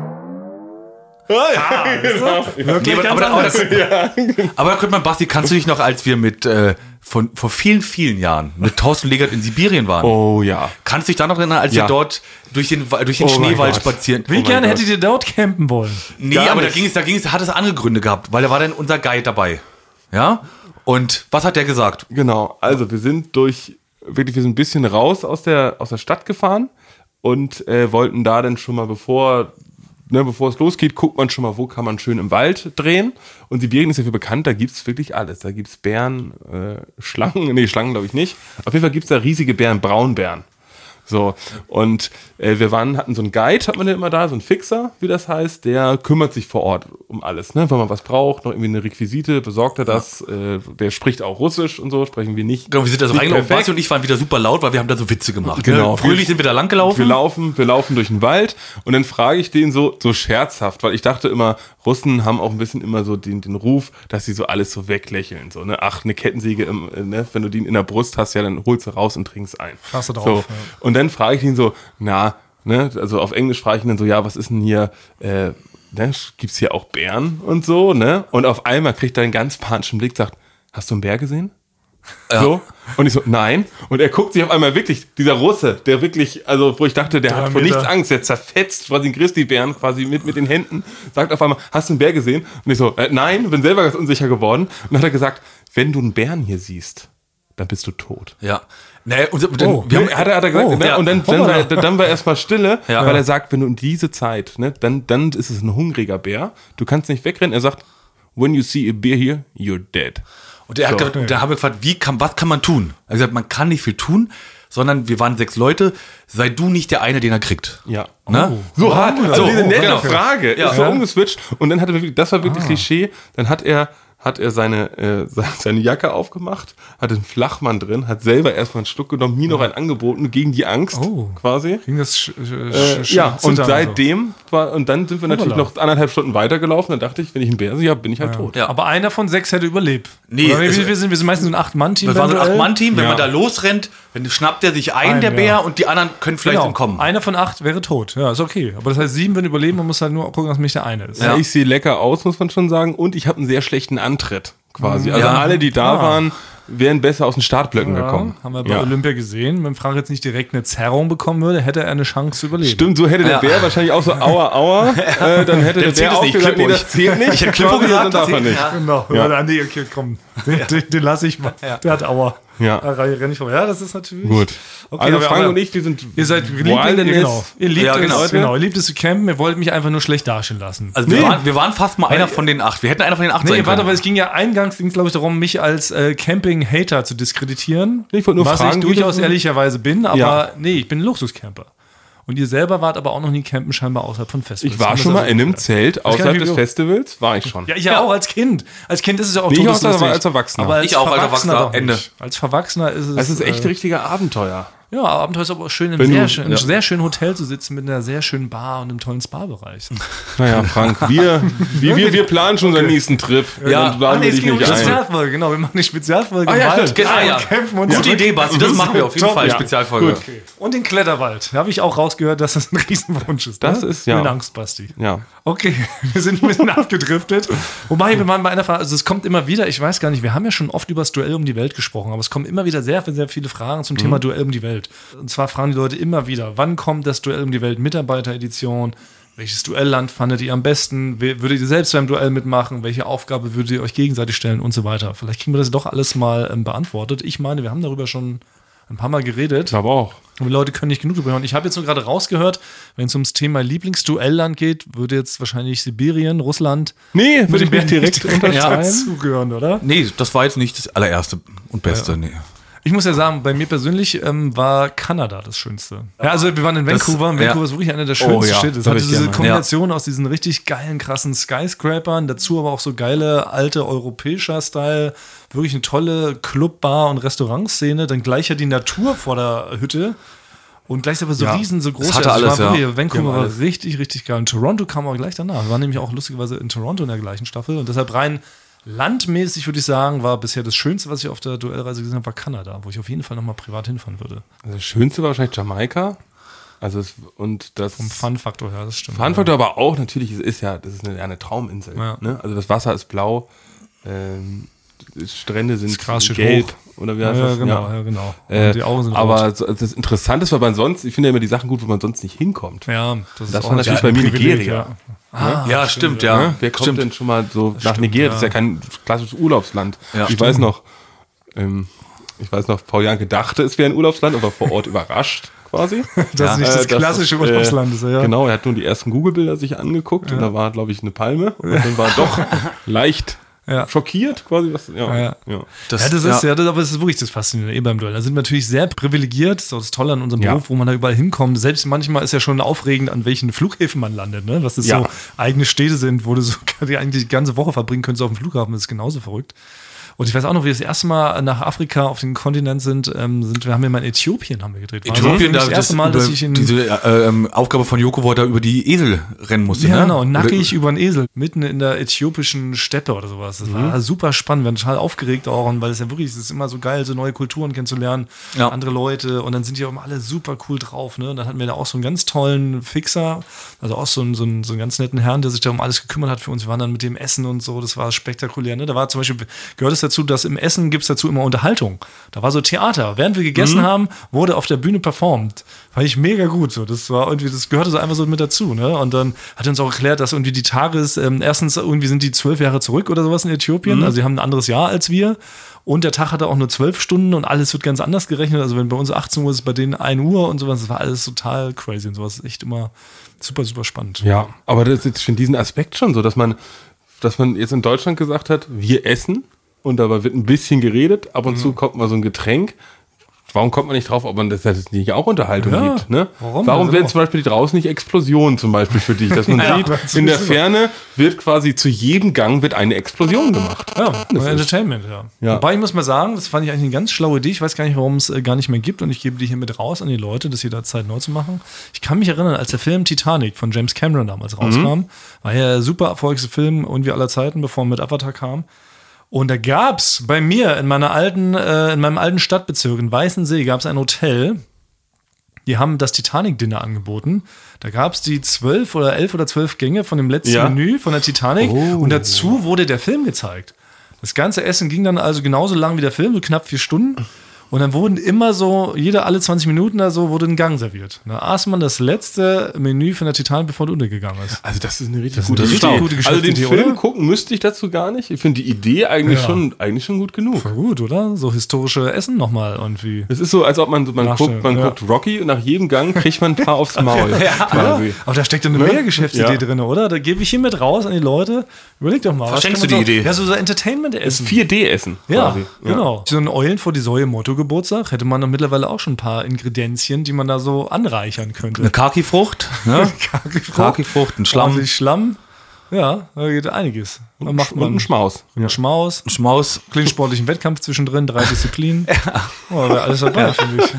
Nee, aber, aber, da- aber, da, aber da könnte man, Basti, kannst du dich noch, als wir mit äh, von, vor vielen, vielen Jahren mit Thorsten Legert in Sibirien waren, Oh ja. kannst du dich da noch erinnern, als Ja. wir dort durch den, Wa- durch den Oh mein Schneewald Gott. spazieren? Wie mein gerne Gott. hättet ihr dort campen wollen? Nee, Gar aber da nicht. ging es, da ging es, hat es andere Gründe gehabt, weil da war dann unser Guide dabei. Ja? Und was hat der gesagt? Genau, also wir sind durch, wirklich, wir sind ein bisschen raus aus der, aus der Stadt gefahren und äh, wollten da dann schon mal, bevor, ne, bevor es losgeht, guckt man schon mal, wo kann man schön im Wald drehen. Und Sibirien ist ja für bekannt, da gibt's wirklich alles. Da gibt's Bären, äh, Schlangen, nee, Schlangen glaube ich nicht. Auf jeden Fall gibt's da riesige Bären, Braunbären. So, und äh, wir waren, hatten so einen Guide, hat man ja immer da, so einen Fixer, wie das heißt, der kümmert sich vor Ort um alles, ne? Wenn man was braucht, noch irgendwie eine Requisite, besorgt er das, äh, der spricht auch Russisch und so, sprechen wir nicht. Genau, wir sind da so nicht reingelaufen. perfekt. Basti und ich waren wieder super laut, weil wir haben da so Witze gemacht. Genau. Ne? Fröhlich sind wir da lang gelaufen. Wir laufen, wir laufen durch den Wald und dann frage ich den so, so scherzhaft, weil ich dachte immer, Russen haben auch ein bisschen immer so den, den Ruf, dass sie so alles so weglächeln, so, ne? Ach, eine Kettensäge, im, äh, ne? Wenn du die in der Brust hast, ja, dann holst du raus und trinkst ein. Hast du drauf, so. ja. Und dann frage ich ihn so, na, ne? Also auf Englisch frage ich ihn dann so, ja, was ist denn hier, äh, ne? Gibt's hier auch Bären und so, ne? Und auf einmal kriegt er einen ganz panischen Blick, sagt, hast du einen Bär gesehen? So. Und ich so, nein. Und er guckt sich auf einmal wirklich, dieser Russe, der wirklich, also wo ich dachte, der Drei hat vor Meter. nichts Angst, der zerfetzt quasi den Grizzlybären quasi mit, mit den Händen, sagt auf einmal, hast du einen Bär gesehen? Und ich so, äh, nein, bin selber ganz unsicher geworden. Und dann hat er gesagt, wenn du einen Bären hier siehst, dann bist du tot. Ja. Nee, und, und, Oh. wir haben, Hat er, hat er gesagt, Oh, ne? ja. Und dann, dann, war, dann war erstmal Stille, Ja. weil er sagt, wenn du in diese Zeit, ne, dann, dann ist es ein hungriger Bär, du kannst nicht wegrennen. Er sagt, when you see a bear here, you're dead. Und er hat So. gesagt, und da haben wir gefragt, wie kann, was kann man tun? Er hat gesagt, man kann nicht viel tun, sondern wir waren sechs Leute, sei du nicht der eine, den er kriegt. Ja. Ne? So hart. Also So, diese nette genau. Frage Ja. ist so Ja. umgeswitcht. Und dann hat er wirklich, das war wirklich Klischee. Dann hat er, hat er seine, äh, se- seine Jacke aufgemacht, hat einen Flachmann drin, hat selber erstmal einen Schluck genommen, mir noch einen angeboten gegen die Angst, Oh. quasi. Ging das sch Äh, sch sch ja, und zittern seitdem war, und dann sind wir natürlich Hoppala. noch anderthalb Stunden weitergelaufen. Dann dachte ich, wenn ich einen Bär sehe, ja, bin ich halt tot. Ja. Aber einer von sechs hätte überlebt. Nee, Oder wie, es- wie, wir, sind, wir sind meistens ein Acht-Mann-Team. Das war so ein beim Duell. Acht-Mann-Team, wenn Ja. man da losrennt, dann schnappt er sich ein, Ein, der ja. Bär, und die anderen können vielleicht Genau. entkommen. Einer von acht wäre tot. Ja, ist okay. Aber das heißt, sieben würden überleben, man muss halt nur gucken, dass nicht der eine ist. Ja. Ich sehe lecker aus, muss man schon sagen. Und ich habe einen sehr schlechten Antritt, quasi. Also Ja. alle, die da Ah. waren, wären besser aus den Startblöcken Ja, gekommen. haben wir bei Ja. Olympia gesehen. Wenn Frank jetzt nicht direkt eine Zerrung bekommen würde, hätte er eine Chance zu überleben. Stimmt, so hätte der Ja. Bär wahrscheinlich auch so aua, aua. Äh, dann hätte der zählt Bär es auch nicht, gesagt, nee, Klippo. das zählt nicht. Ich hätte Klippo Quasi, gesagt, dann darf das er nicht. zählt, Genau. Ja. Ja. Andi, okay, komm. Den, den, den lasse ich mal. Der hat Aua. Ja. Da renne ich vorbei. Ja, das ist natürlich. Gut. Okay, also aber- Frank aber- und ich, wir sind Ihr seid Liebling, Wilderness. genau. Ihr liebt, Ja, genau. es, genau. Ihr liebt es zu campen, ihr wollt mich einfach nur schlecht dastehen lassen. Also wir, waren, wir waren fast mal einer von den acht. Wir hätten einer von den acht Nee, sein warte, können. weil es ging ja eingangs, ging es glaube ich darum, mich als äh, Camping-Hater zu diskreditieren. Ich wollte nur was fragen, ich wie durchaus das- ehrlicherweise bin, aber Ja. nee, ich bin ein Luxuscamper. Und ihr selber wart aber auch noch nie campen, scheinbar außerhalb von Festivals. Ich war Haben schon das mal also in einem gehört? Zelt gar außerhalb nicht, des wie du- Festivals. War ich schon. Ja, ich ja auch als Kind. Als Kind ist es ja auch Nee, ich auch todeslustig. als- als Erwachsener. Aber als Ich auch als Verwachsener Erwachsener, doch Ende. nicht. Als Verwachsener ist es. Das ist echt äh, richtiger Abenteuer. Ja, Abenteuer ist aber auch schön, in Wenn einem du- sehr, schön, ja. sehr schönen Hotel zu sitzen mit einer sehr schönen Bar und einem tollen Spa-Bereich. Naja, Frank, wir, wir, wir, wir planen schon unseren nächsten Trip. Ja. Dann laden nee, wir es dich ging um nicht die ein. Spezialfolge, genau. Wir machen eine Spezialfolge Ah, ja, im Wald. stimmt, genau, und ja. kämpfen und Gute zurück. Idee, Basti. Das machen wir auf jeden Top, Fall. ja. Spezialfolge. Gut. Und den Kletterwald. Da habe ich auch rausgehört, dass das ein Riesenwunsch ist. Das ne? ist, ja. Keine Angst, Basti. Ja. Okay, wir sind ein bisschen abgedriftet. Wobei, wir waren bei einer Frage, also es kommt immer wieder, ich weiß gar nicht, wir haben ja schon oft über das Duell um die Welt gesprochen, aber es kommen immer wieder sehr, sehr viele Fragen zum Thema Duell um die Welt. Und zwar fragen die Leute immer wieder, wann kommt das Duell um die Welt Mitarbeiteredition? Welches Duellland fandet ihr am besten? Wer- Würdet ihr selbst beim Duell mitmachen? Welche Aufgabe würdet ihr euch gegenseitig stellen und so weiter? Vielleicht kriegen wir das doch alles mal ähm, beantwortet. Ich meine, wir haben darüber schon ein paar Mal geredet. Ich glaube auch. Aber die Leute können nicht genug drüber hören. Ich habe jetzt nur gerade rausgehört, wenn es ums Thema Lieblingsduellland geht, würde jetzt wahrscheinlich Sibirien, Russland Nee, würde ich Bären nicht direkt nicht unterschreiben. zugehören, oder? Nee, das war jetzt nicht das allererste und Beste. Ja. Nee. Ich muss ja sagen, bei mir persönlich ähm, war Kanada das Schönste. Ja, also wir waren in Vancouver und ja. Vancouver ist wirklich einer der schönsten Oh ja, Städte. Es da hatte würd ich diese gerne mal. Kombination aus diesen richtig geilen, krassen Skyscrapern, dazu aber auch so geile, alte europäischer Style, wirklich eine tolle Club, Bar und Restaurantszene, dann gleich ja die Natur vor der Hütte. Und gleich aber so Ja, riesen, so groß. hatte alles, war ja. wirklich, Vancouver Die haben war alles. richtig, richtig geil. Und Toronto kam auch gleich danach. Wir waren nämlich auch lustigerweise in Toronto in der gleichen Staffel. Und deshalb rein landmäßig, würde ich sagen, war bisher das Schönste, was ich auf der Duellreise gesehen habe, war Kanada, wo ich auf jeden Fall nochmal privat hinfahren würde. Also das Schönste war wahrscheinlich Jamaika. Also es, und das Vom Fun-Faktor her, das stimmt. Fun-Faktor aber auch natürlich, es ist ja, das ist eine, eine Trauminsel. Ja. Ne? Also das Wasser ist blau, ähm, die Strände sind Das Gras steht gelb. hoch. Oder wie Ja, heißt ja, das? genau, ja, genau. Äh, Und die Augen sind aber rot. so, das Interessante ist, weil man sonst, ich finde ja immer die Sachen gut, wo man sonst nicht hinkommt. Ja, das, Das ist war natürlich bei mir Privileg, Nigeria. Ja. Ah, Ja, stimmt, ja. Ne? Wer kommt Stimmt. denn schon mal so nach Stimmt, Nigeria? Das ist ja. ja kein klassisches Urlaubsland. Ja, ich stimmt. weiß noch, ähm, ich weiß noch, Paul Janke dachte, es wäre ein Urlaubsland, aber vor Ort überrascht quasi. Das ist nicht das Äh, dass klassische es, Urlaubsland ist, ja. Genau, er hat nur die ersten Google-Bilder sich angeguckt und da war, glaube ich, eine Palme und dann war er doch leicht Ja. schockiert quasi. Was, ja, Ja. ja. Das, ja, das ist ja, das, aber das ist wirklich das Faszinierende eh beim Duell. Da sind wir natürlich sehr privilegiert, das ist auch das Tolle an unserem Ja. Beruf, wo man da überall hinkommt. Selbst manchmal ist ja schon aufregend, an welchen Flughäfen man landet, ne? Dass das Ja. so eigene Städte sind, wo du so die eigentlich die ganze Woche verbringen könntest auf dem Flughafen, das ist genauso verrückt. Und ich weiß auch noch, wie wir das erste Mal nach Afrika auf den Kontinent sind, ähm, sind wir haben ja mal in Äthiopien haben wir gedreht. War Äthiopien, das, da das erste Mal, dass ich in diese äh, ähm, Aufgabe von Joko, wo er da über die Esel rennen musste. ja, ne? genau, nackig Oder- über einen Esel, mitten in der äthiopischen Steppe oder sowas. Das Mhm. war super spannend, wir waren total aufgeregt auch, und weil es ja wirklich, es ist immer so geil, so neue Kulturen kennenzulernen, Ja. andere Leute, und dann sind die auch immer alle super cool drauf, ne? Und dann hatten wir da auch so einen ganz tollen Fixer, also auch so einen, so einen, so einen ganz netten Herrn, der sich da um alles gekümmert hat für uns. Wir waren dann mit dem Essen und so, das war spektakulär, ne? Da war zum Beispiel, gehört es dazu, dass im Essen gibt es dazu immer Unterhaltung. Da war so Theater. Während wir gegessen haben, wurde auf der Bühne performt. Fand ich mega gut. So. Das war irgendwie, das gehörte so einfach so mit dazu. Ne? Und dann hat er uns auch erklärt, dass irgendwie die Tages, ähm, erstens irgendwie sind die zwölf Jahre zurück oder sowas in Äthiopien. Also die haben ein anderes Jahr als wir. Und der Tag hatte auch nur zwölf Stunden und alles wird ganz anders gerechnet. Also wenn bei uns achtzehn Uhr ist, bei denen ein Uhr und sowas. Das war alles total crazy und sowas. Echt immer super, super spannend. Ja, aber das ist schon diesen Aspekt schon so, dass man, dass man jetzt in Deutschland gesagt hat, wir essen und dabei wird ein bisschen geredet, ab und Mhm. zu kommt mal so ein Getränk. Warum kommt man nicht drauf, ob man das, dass es nicht auch Unterhaltung Ja, gibt? Ne? warum? Warum Ja, werden genau. zum Beispiel draußen nicht Explosionen zum Beispiel für dich? Dass man Ja, sieht, das in der ist Ferne wird quasi zu jedem Gang wird eine Explosion gemacht. Ja, Das ist- Entertainment, ja. Ja. Wobei ich muss mal sagen, das fand ich eigentlich eine ganz schlaue Idee. Ich weiß gar nicht, warum es äh, gar nicht mehr gibt, und ich gebe die hier mit raus an die Leute, das jederzeit neu zu machen. Ich kann mich erinnern, als der Film Titanic von James Cameron damals rauskam, war ja der super erfolgreichste Film irgendwie aller Zeiten, bevor er mit Avatar kam. Und da gab's bei mir in meiner alten, äh, in meinem alten Stadtbezirk in Weißensee gab's ein Hotel. Die haben das Titanic-Dinner angeboten. Da gab's die zwölf oder elf oder zwölf Gänge von dem letzten Ja. Menü von der Titanic. Oh. Und dazu wurde der Film gezeigt. Das ganze Essen ging dann also genauso lang wie der Film, so knapp vier Stunden. Und dann wurden immer so, jeder alle zwanzig Minuten oder so, wurde ein Gang serviert. Da aß man das letzte Menü von der Titan, bevor du untergegangen ist. Also das ist eine richtig Das ist gute, eine richtig Idee. gute Also den Geschäftsidee, Film oder? gucken müsste ich dazu gar nicht. Ich finde die Idee eigentlich, Ja. schon, eigentlich schon gut genug. Voll gut, oder? So historische Essen nochmal irgendwie. Es ist so, als ob man, man, Nachstellen, guckt, man ja. guckt Rocky und nach jedem Gang kriegt man ein paar aufs Maul. quasi. Aber da steckt ja eine Ne? mega Geschäftsidee Ja. drin, oder? Da gebe ich hiermit raus an die Leute. Überleg doch mal. was schenkst kann du man die so, Idee? Ja, so, so Entertainment-Essen. vier D-Essen Ja, quasi. genau. So ein Eulen vor die Säue Motto-Geburtstag hätte man doch mittlerweile auch schon ein paar Ingredienzien, die man da so anreichern könnte. Eine Kaki-Frucht, ne? Kakifrucht, Kaki-Frucht, ein Schlamm, ordentlich Schlamm. Ja, da geht einiges. Da macht Und man ein Schmaus. einen Schmaus, ein Schmaus. kleinen sportlichen Wettkampf zwischendrin, drei Disziplinen. Oh, da wäre alles dabei, finde ich.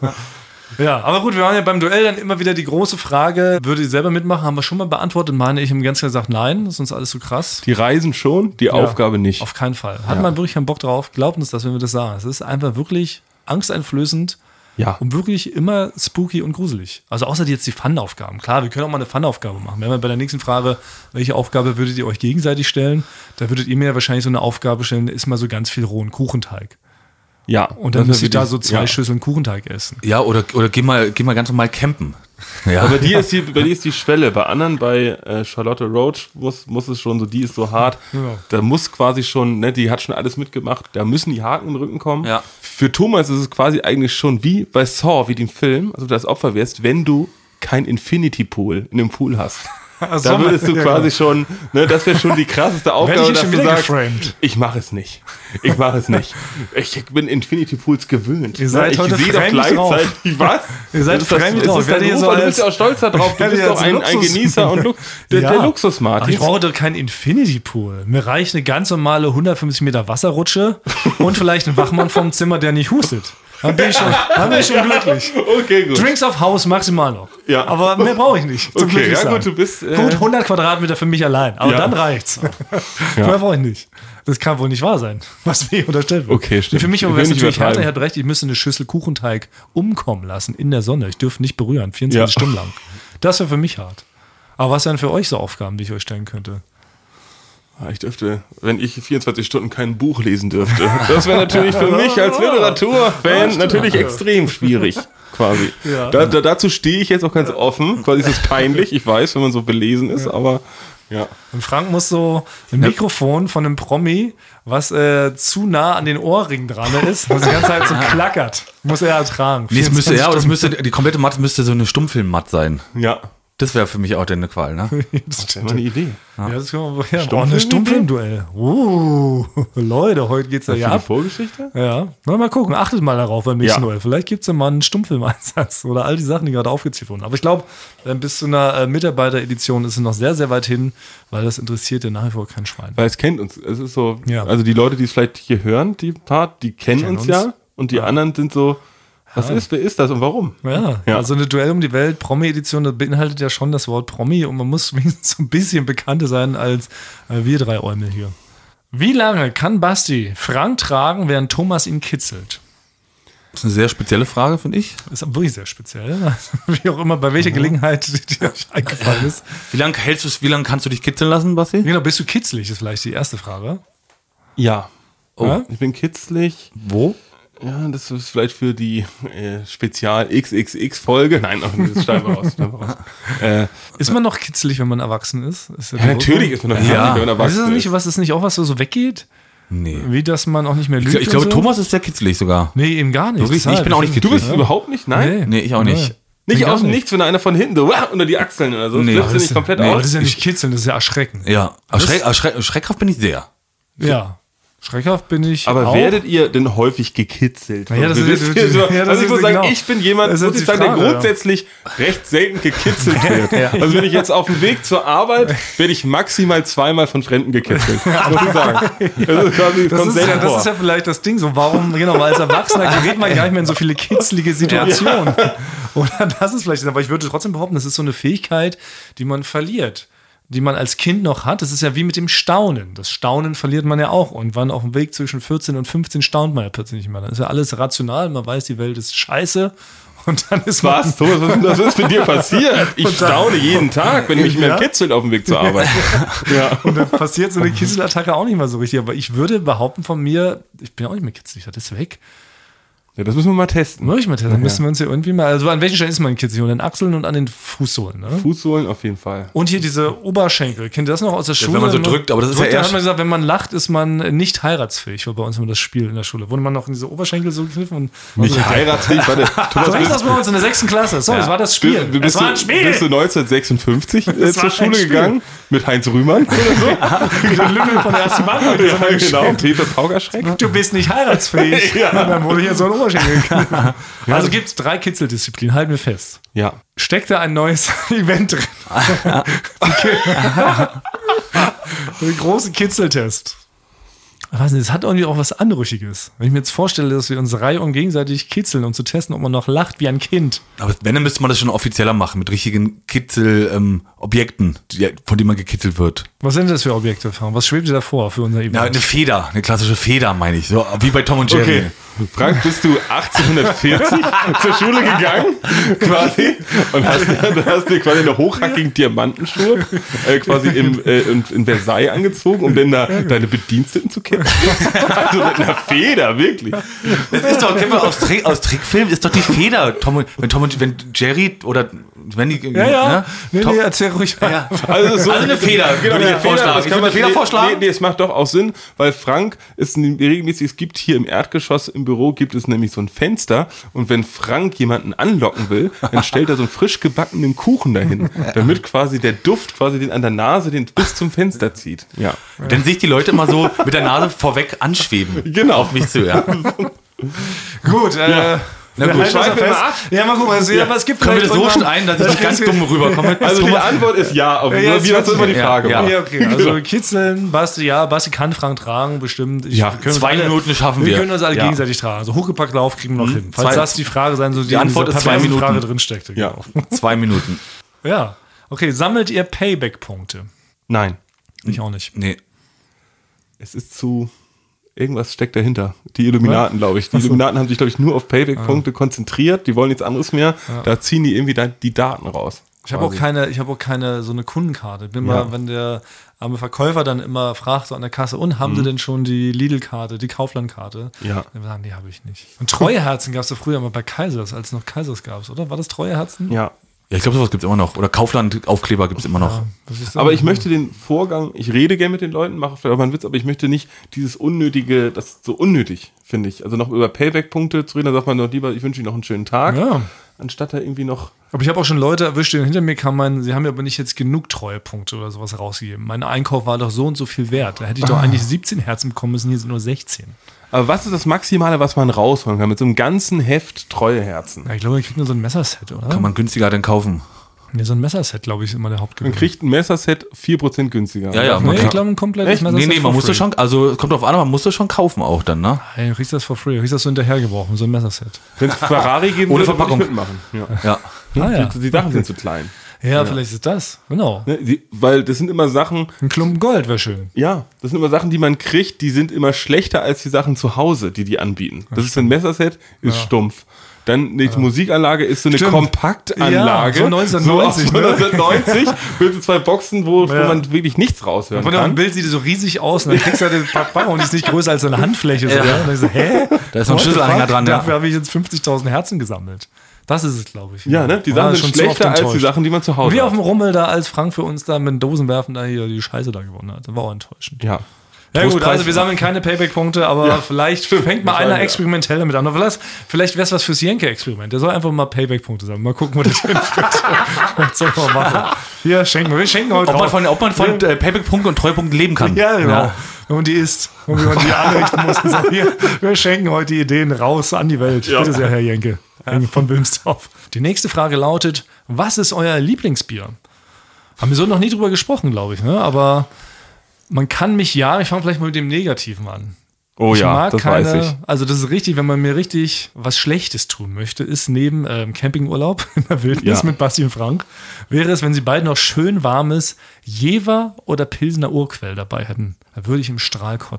Ja, aber gut, wir haben ja beim Duell dann immer wieder die große Frage, würde ich selber mitmachen, haben wir schon mal beantwortet, meine ich, haben ganz klar gesagt, nein, das ist uns alles zu krass. Die Reisen schon, die Aufgabe nicht. Auf keinen Fall. Hat man wirklich keinen Bock drauf, glaubt uns das, wenn wir das sagen. Es ist einfach wirklich angsteinflößend Ja. und wirklich immer spooky und gruselig. Also außer jetzt die Fun-Aufgaben. Klar, wir können auch mal eine Fun-Aufgabe machen. Wenn wir bei der nächsten Frage, welche Aufgabe würdet ihr euch gegenseitig stellen, da würdet ihr mir ja wahrscheinlich so eine Aufgabe stellen, ist mal so ganz viel rohen Kuchenteig. Ja. Und dann Das müsste ist ich da wirklich- so zwei ja. Schüsseln Kuchenteig essen. Ja, oder, oder geh, mal, geh mal ganz normal campen. Ja. Aber die ist die, bei dir ist die Schwelle. Bei anderen, bei äh, Charlotte Roach, muss, muss es schon so, die ist so hart. Ja. Da muss quasi schon, ne, die hat schon alles mitgemacht. Da müssen die Haken im Rücken kommen. Ja. Für Thomas ist es quasi eigentlich schon wie bei Saw, wie dem Film, also du das Opfer wärst, wenn du kein Infinity Pool in dem Pool hast. Da würdest du ja, quasi schon, ne, das wäre schon die krasseste Aufgabe, hier dass schon du wieder sagst, geframed. ich mache es nicht. Ich mache es nicht. Ich bin Infinity Pools gewöhnt. Ihr seid ich heute sehe doch fremd drauf. gleichzeitig, was? Ihr seid Das ist das- fremd es drauf. ist Ich werde dein hier so Ruf, aber du als- bist ja auch stolz darauf. Du werde bist hier doch als ein, ein Luxus- Genießer und Lu der, Ja. der Luxus, Aber Martin. ich brauche doch keinen Infinity Pool. Mir reicht eine ganz normale hundertfünfzig Meter Wasserrutsche und vielleicht ein Wachmann vom Zimmer, der nicht hustet. Dann bin ich schon, dann bin ich schon glücklich. Okay, gut. Drinks of House maximal noch. Ja. Aber mehr brauche ich nicht. Zum Okay, glücklich ja sein. gut, du bist, äh, Gut, hundert Quadratmeter für mich allein. Aber Ja. dann reicht's. Mehr brauche ich nicht. Das kann wohl nicht wahr sein, was mir unterstellt wird. Okay, stimmt. Für mich Ich will wäre es nicht natürlich härter. übertreiben. Ihr habt recht, ich müsste eine Schüssel Kuchenteig umkommen lassen in der Sonne. Ich dürfte nicht berühren, vierundzwanzig Ja. Stunden lang. Das wäre für mich hart. Aber was wären für euch so Aufgaben, die ich euch stellen könnte? Ich dürfte, wenn ich vierundzwanzig Stunden kein Buch lesen dürfte. Das wäre natürlich für mich als Literaturfan natürlich extrem schwierig, quasi. Ja. Da, da, dazu stehe ich jetzt auch ganz offen. Quasi ist es peinlich, ich weiß, wenn man so belesen ist, aber ja. Und Frank muss so ein Mikrofon von einem Promi, was äh, zu nah an den Ohrringen dran ist, was die ganze Zeit so klackert, muss er ertragen. Nee, es müsste, vierundzwanzig ja, das Stunden. müsste, die komplette Matte müsste so eine Stummfilm-Matt sein. Ja, Das wäre für mich auch eine Qual, ne? Das das stimmt. war eine Idee. Ja, das können wir, ja, Stummfilm- oh, eine Stummfilm-Duell. Uh, Leute, heute geht's ja Für ja die ab. Vorgeschichte? Ja, na, mal gucken, achtet mal darauf beim nächsten Ja. Duell. Vielleicht gibt's ja mal einen Stummfilm-Einsatz oder all die Sachen, die gerade aufgezählt wurden. Aber ich glaube, bis zu einer äh, Mitarbeiteredition ist es noch sehr, sehr weit hin, weil das interessiert ja nach wie vor kein Schwein. Weil es kennt uns. Es ist so, Ja. also die Leute, die es vielleicht hier hören, die Part, die kennen, Kennen uns, uns. ja. Und die anderen sind so, was ist, wer ist das und warum? Ja, Ja. also eine Duell um die Welt, Promi-Edition, das beinhaltet ja schon das Wort Promi und man muss wenigstens so ein bisschen bekannter sein als äh, wir drei Eumel hier. Wie lange kann Basti Frank tragen, während Thomas ihn kitzelt? Das ist eine sehr spezielle Frage, finde ich. Das ist wirklich sehr speziell. Also, wie auch immer, bei welcher Gelegenheit die euch eingefallen ist. Wie lange hältst du es, wie lange kannst du dich kitzeln lassen, Basti? Genau, bist du kitzlig, ist vielleicht die erste Frage. Ja. Oh. Ja? Ich bin kitzlig. Wo? Ja, das ist vielleicht für die äh, Spezial-X X X-Folge. Nein, noch das schneiden wir raus. schneiden wir raus. Äh, Ist man noch kitzlig, wenn man erwachsen ist? ist ja, natürlich ist man noch Ja. kitzlig, wenn man Ist erwachsen das nicht, ist. was ist nicht auch was so weggeht? Nee. Wie, dass man auch nicht mehr Ich, lügt? ich glaube, und so? Thomas ist sehr kitzlig sogar. Nee, eben gar nicht. Wirklich? Deshalb, Ich bin auch nicht finde- Du bist kitzlig. überhaupt nicht? Nein? Nee, ich auch nicht. Nicht gar aus dem nicht. Nichts, wenn einer von hinten so unter die Achseln oder so. Nee. Nee, Aber du das nicht ist- komplett nee, Aber aus. das ist ja nicht kitzeln, das ist ja erschrecken. Ja, aber Schreck, aber Schreck, schreckhaft bin ich sehr. Ja. Schreckhaft bin ich. Aber auch. werdet ihr denn häufig gekitzelt? Naja, das Wir ist- wissen hier so, ja, das also ich ist muss sagen, genau. ich bin jemand, Das ist muss jetzt ich die sagen, der Frage, ja. grundsätzlich recht selten gekitzelt wird. Also wenn ich jetzt auf dem Weg zur Arbeit, werde ich maximal zweimal von Fremden gekitzelt. Muss ich sagen. Das ist quasi Das kommt ist, ja, selten das vor. ist ja vielleicht das Ding so. Warum, genau, weil als Erwachsener gerät man gar nicht mehr in so viele kitzlige Situationen. Oder das ist vielleicht, aber ich würde trotzdem behaupten, das ist so eine Fähigkeit, die man verliert. Die man als Kind noch hat. Das ist ja wie mit dem Staunen. Das Staunen verliert man ja auch. Und wann auf dem Weg zwischen vierzehn und fünfzehn staunt man ja plötzlich nicht mehr. Dann ist ja alles rational. Man weiß, die Welt ist scheiße. Und dann ist man, Was, Thomas, was, was ist mit dir passiert? Ich staune jeden Tag, wenn mich Ja. mehr kitzelt auf dem Weg zur Arbeit. Ja. und dann passiert so eine Kitzelattacke auch nicht mal so richtig. Aber ich würde behaupten von mir, ich bin auch nicht mehr kitzelig, das ist weg. Ja, das müssen wir mal testen. Muss ich mal testen. Dann müssen wir uns hier irgendwie mal, also an welchen Stellen ist man kitzelig? An den Achseln und an den Fußsohlen, ne? Fußsohlen auf jeden Fall. Und hier diese Oberschenkel. Kennt ihr das noch aus der Schule? wenn man so drückt, aber das ist ja Drückt, dann eher hat man gesagt, wenn man lacht, ist man nicht heiratsfähig. War bei uns immer das Spiel in der Schule. Wurde man noch in diese Oberschenkel so gekniffen und Nicht heiratsfähig, warte. so Thomas, hieß das bei uns in der sechsten Klasse. So, das war das Spiel. Bist, Es bist, war ein du, Spiel. bist du neunzehnhundertsechsundfünfzig äh, war zur ein Schule Spiel. gegangen? Mit Heinz Rühmann oder so? Der Lümmel von der ersten Bank. Ja, genau. Pepe Paukerschreck. Du bist nicht heiratsfähig. Und dann wurde hier so ein Oberschenkel gekniffen. Also gibt es drei Kitzeldisziplinen. Halten wir fest. Ja. Steckt da ein neues Event drin? Der große Kitzeltest. Ich weiß nicht, es hat irgendwie auch was Anrüchiges. Wenn ich mir jetzt vorstelle, dass wir uns Reihe um gegenseitig kitzeln, um zu testen, ob man noch lacht wie ein Kind. Aber wenn, dann müsste man das schon offizieller machen, mit richtigen Kitzel-Objekten, von denen man gekitzelt wird. Was sind das für Objekte, Frank? Was schwebt dir da vor für unser Event? Ja, eine Feder, eine klassische Feder, meine ich. So wie bei Tom und Jerry. Okay. Frank, bist du achtzehnhundertvierzig zur Schule gegangen, quasi, und hast, du hast dir quasi eine hochhackigen Diamantenschuhe äh, quasi im, äh, in, in Versailles angezogen, um dann da deine Bediensteten zu kennen. Also mit einer Feder, wirklich. Das ist doch, kennen wir aus, Trick, aus Trickfilmen, ist doch die Feder. Tom, und- wenn Tom und wenn Jerry oder wenn die. ja, ja. Ne? Nee, Tom- nee, erzähl ruhig. Ja. Also, so, Also eine Feder, genau, würde ich eine jetzt vorschlagen. Das Ich kann würde man eine Feder nee, vorschlagen. Nee, nee, es macht doch auch Sinn, weil Frank ist ein- regelmäßig, es gibt hier im Erdgeschoss im Büro gibt es nämlich so ein Fenster und wenn Frank jemanden anlocken will, dann stellt er so einen frisch gebackenen Kuchen dahin, damit quasi der Duft quasi den an der Nase den bis zum Fenster zieht. Ja. Dann sehe ich die Leute immer so mit der Nase vorweg anschweben. Genau. Auf mich zu, ja. Gut, äh. Ja. Na wir gut, halten das schweifen wir fest. mal ab. Ja, mal gucken, also, ja. was gibt Können wir das vielleicht so irgendwann- ein, dass ich nicht ganz Das- dumm rüberkomme? Also die Antwort ist ja, auf Ja, ja, jetzt wie das wird's- immer die ja, Frage ja. war. Ja, okay. Also kitzeln, Basti, ja, Basti kann Frank tragen, bestimmt. Ich, Ja, wir können uns zwei alle, Minuten schaffen wir. wir. können uns alle Ja. gegenseitig tragen. Also hochgepackt Lauf kriegen wir noch hin. Falls Zwei- das die Frage sein soll, die, in Antwort dieser ist zwei perversen Minuten. Frage drinsteckte. Ja. Genau. Zwei Minuten. Ja. Okay, sammelt ihr Payback-Punkte? Nein, Ich auch nicht. Nee. es ist zu... Irgendwas steckt dahinter. Die Illuminaten, glaube ich. Die Illuminaten haben sich, glaube ich, nur auf Payback-Punkte konzentriert. Die wollen nichts anderes mehr. Da ziehen die irgendwie da, die Daten raus. Ich habe auch quasi. keine, ich habe auch keine so eine Kundenkarte. Ich bin Ja. mal, wenn der arme Verkäufer dann immer fragt so an der Kasse, und haben Sie denn schon die Lidl-Karte, die Kaufland-Karte? Ja. Dann sagen, die habe ich nicht. Und Treueherzen gab es ja früher mal bei Kaisers, als es noch Kaisers gab, oder? War das Treueherzen? Ja. Ja, ich glaube, sowas gibt es immer noch. Oder Kaufland-Aufkleber gibt es immer noch. Was ist das? Aber ich möchte den Vorgang, ich rede gerne mit den Leuten, mache vielleicht auch mal einen Witz, aber ich möchte nicht dieses unnötige, das ist so unnötig, finde ich. Also noch über Payback-Punkte zu reden, da sagt man doch lieber, ich wünsche Ihnen noch einen schönen Tag, Ja. anstatt da irgendwie noch... Aber ich habe auch schon Leute erwischt, die hinter mir kamen, meinen, sie haben mir aber nicht jetzt genug Treuepunkte oder sowas rausgegeben. Mein Einkauf war doch so und so viel wert. Da hätte ich doch eigentlich siebzehn Herzen bekommen müssen, hier sind nur sechzehn. Aber was ist das Maximale, was man rausholen kann mit so einem ganzen Heft Treueherzen? Ja, ich glaube, man kriegt nur so ein Messerset, oder? Kann man günstiger dann kaufen. Nee, so ein Messerset, glaube ich, ist immer der Hauptgewinn. Man kriegt ein Messerset vier Prozent günstiger. Ja, ja, man Nee, kann- ich glaube, ein komplettes Echt? Messerset Nee, nee, man for muss free. das schon, also es kommt drauf an, aber man muss das schon kaufen auch dann, ne? Hey, du kriegst das for free, du kriegst das so hinterhergeworfen, so ein Messerset. Wenn es Ferrari geben Ohne würde, würde ich Verpackung. mitmachen. Ja. Ja. Ah, ja. die, die Sachen sind zu klein. Ja, vielleicht ist das, genau. Ne, die, weil das sind immer Sachen, Ein Klumpen Gold wäre schön. ja, das sind immer Sachen, die man kriegt, die sind immer schlechter als die Sachen zu Hause, die die anbieten. Das ist ein Messerset, ist Ja. stumpf. Dann die Musikanlage ist so eine Stimmt. Kompaktanlage. Ja, so neunzehnhundertneunzig, So ne? aus neunzehnhundert mit so zwei Boxen, wo, Ja. wo man wirklich nichts raushören Von dem kann. Bild sieht es so riesig aus und dann kriegst du halt den Verpackung und die ist nicht größer als so eine Handfläche. So, ja. Und dann ich so, hä? Da ist noch ein What the Schlüsselanhänger fuck? dran, ja. Dafür habe ich jetzt fünfzigtausend Herzen gesammelt. Das ist es, glaube ich. Ja, ne? Die Ah, Sachen sind schon zu oft schlechter als die enttäuscht. Sachen, die man zu Und Hause wie auf dem hat. Rummel da, als Frank für uns da mit Dosenwerfen da hier die Scheiße da gewonnen hat. Das war auch enttäuschend. Ja. Ja gut, Trostpreis- also wir sammeln keine Payback-Punkte, aber Ja, vielleicht stimmt. fängt mal Das einer war- ja. experimentell damit an. Oder Vielleicht, vielleicht wäre es was fürs Jenke-Experiment. Der soll einfach mal Payback-Punkte sammeln. Mal gucken, wo das hinführt. Was soll man machen? Hier, schenken wir. Wir schenken heute Ob man drauf. von, ob man von äh, Payback-Punkten und Treupunkten leben kann. Ja, genau. Wenn man die isst und wie man die anrichten muss. Und so, hier, wir schenken heute die Ideen raus an die Welt. Bitte sehr, Herr Jenke. Von Wilmsdorf. Die nächste Frage lautet, was ist euer Lieblingsbier? Haben wir so noch nie drüber gesprochen, glaube ich. Ne? Aber man kann mich ja, ich fange vielleicht mal mit dem Negativen an. Oh Ich ja, mag das keine, weiß ich. Also das ist richtig, wenn man mir richtig was Schlechtes tun möchte, ist neben ähm, Campingurlaub in der Wildnis Ja. mit Basti und Frank, wäre es, wenn sie beide noch schön warmes Jever oder Pilsener Urquell dabei hätten. Da würde ich im Strahl kotzen.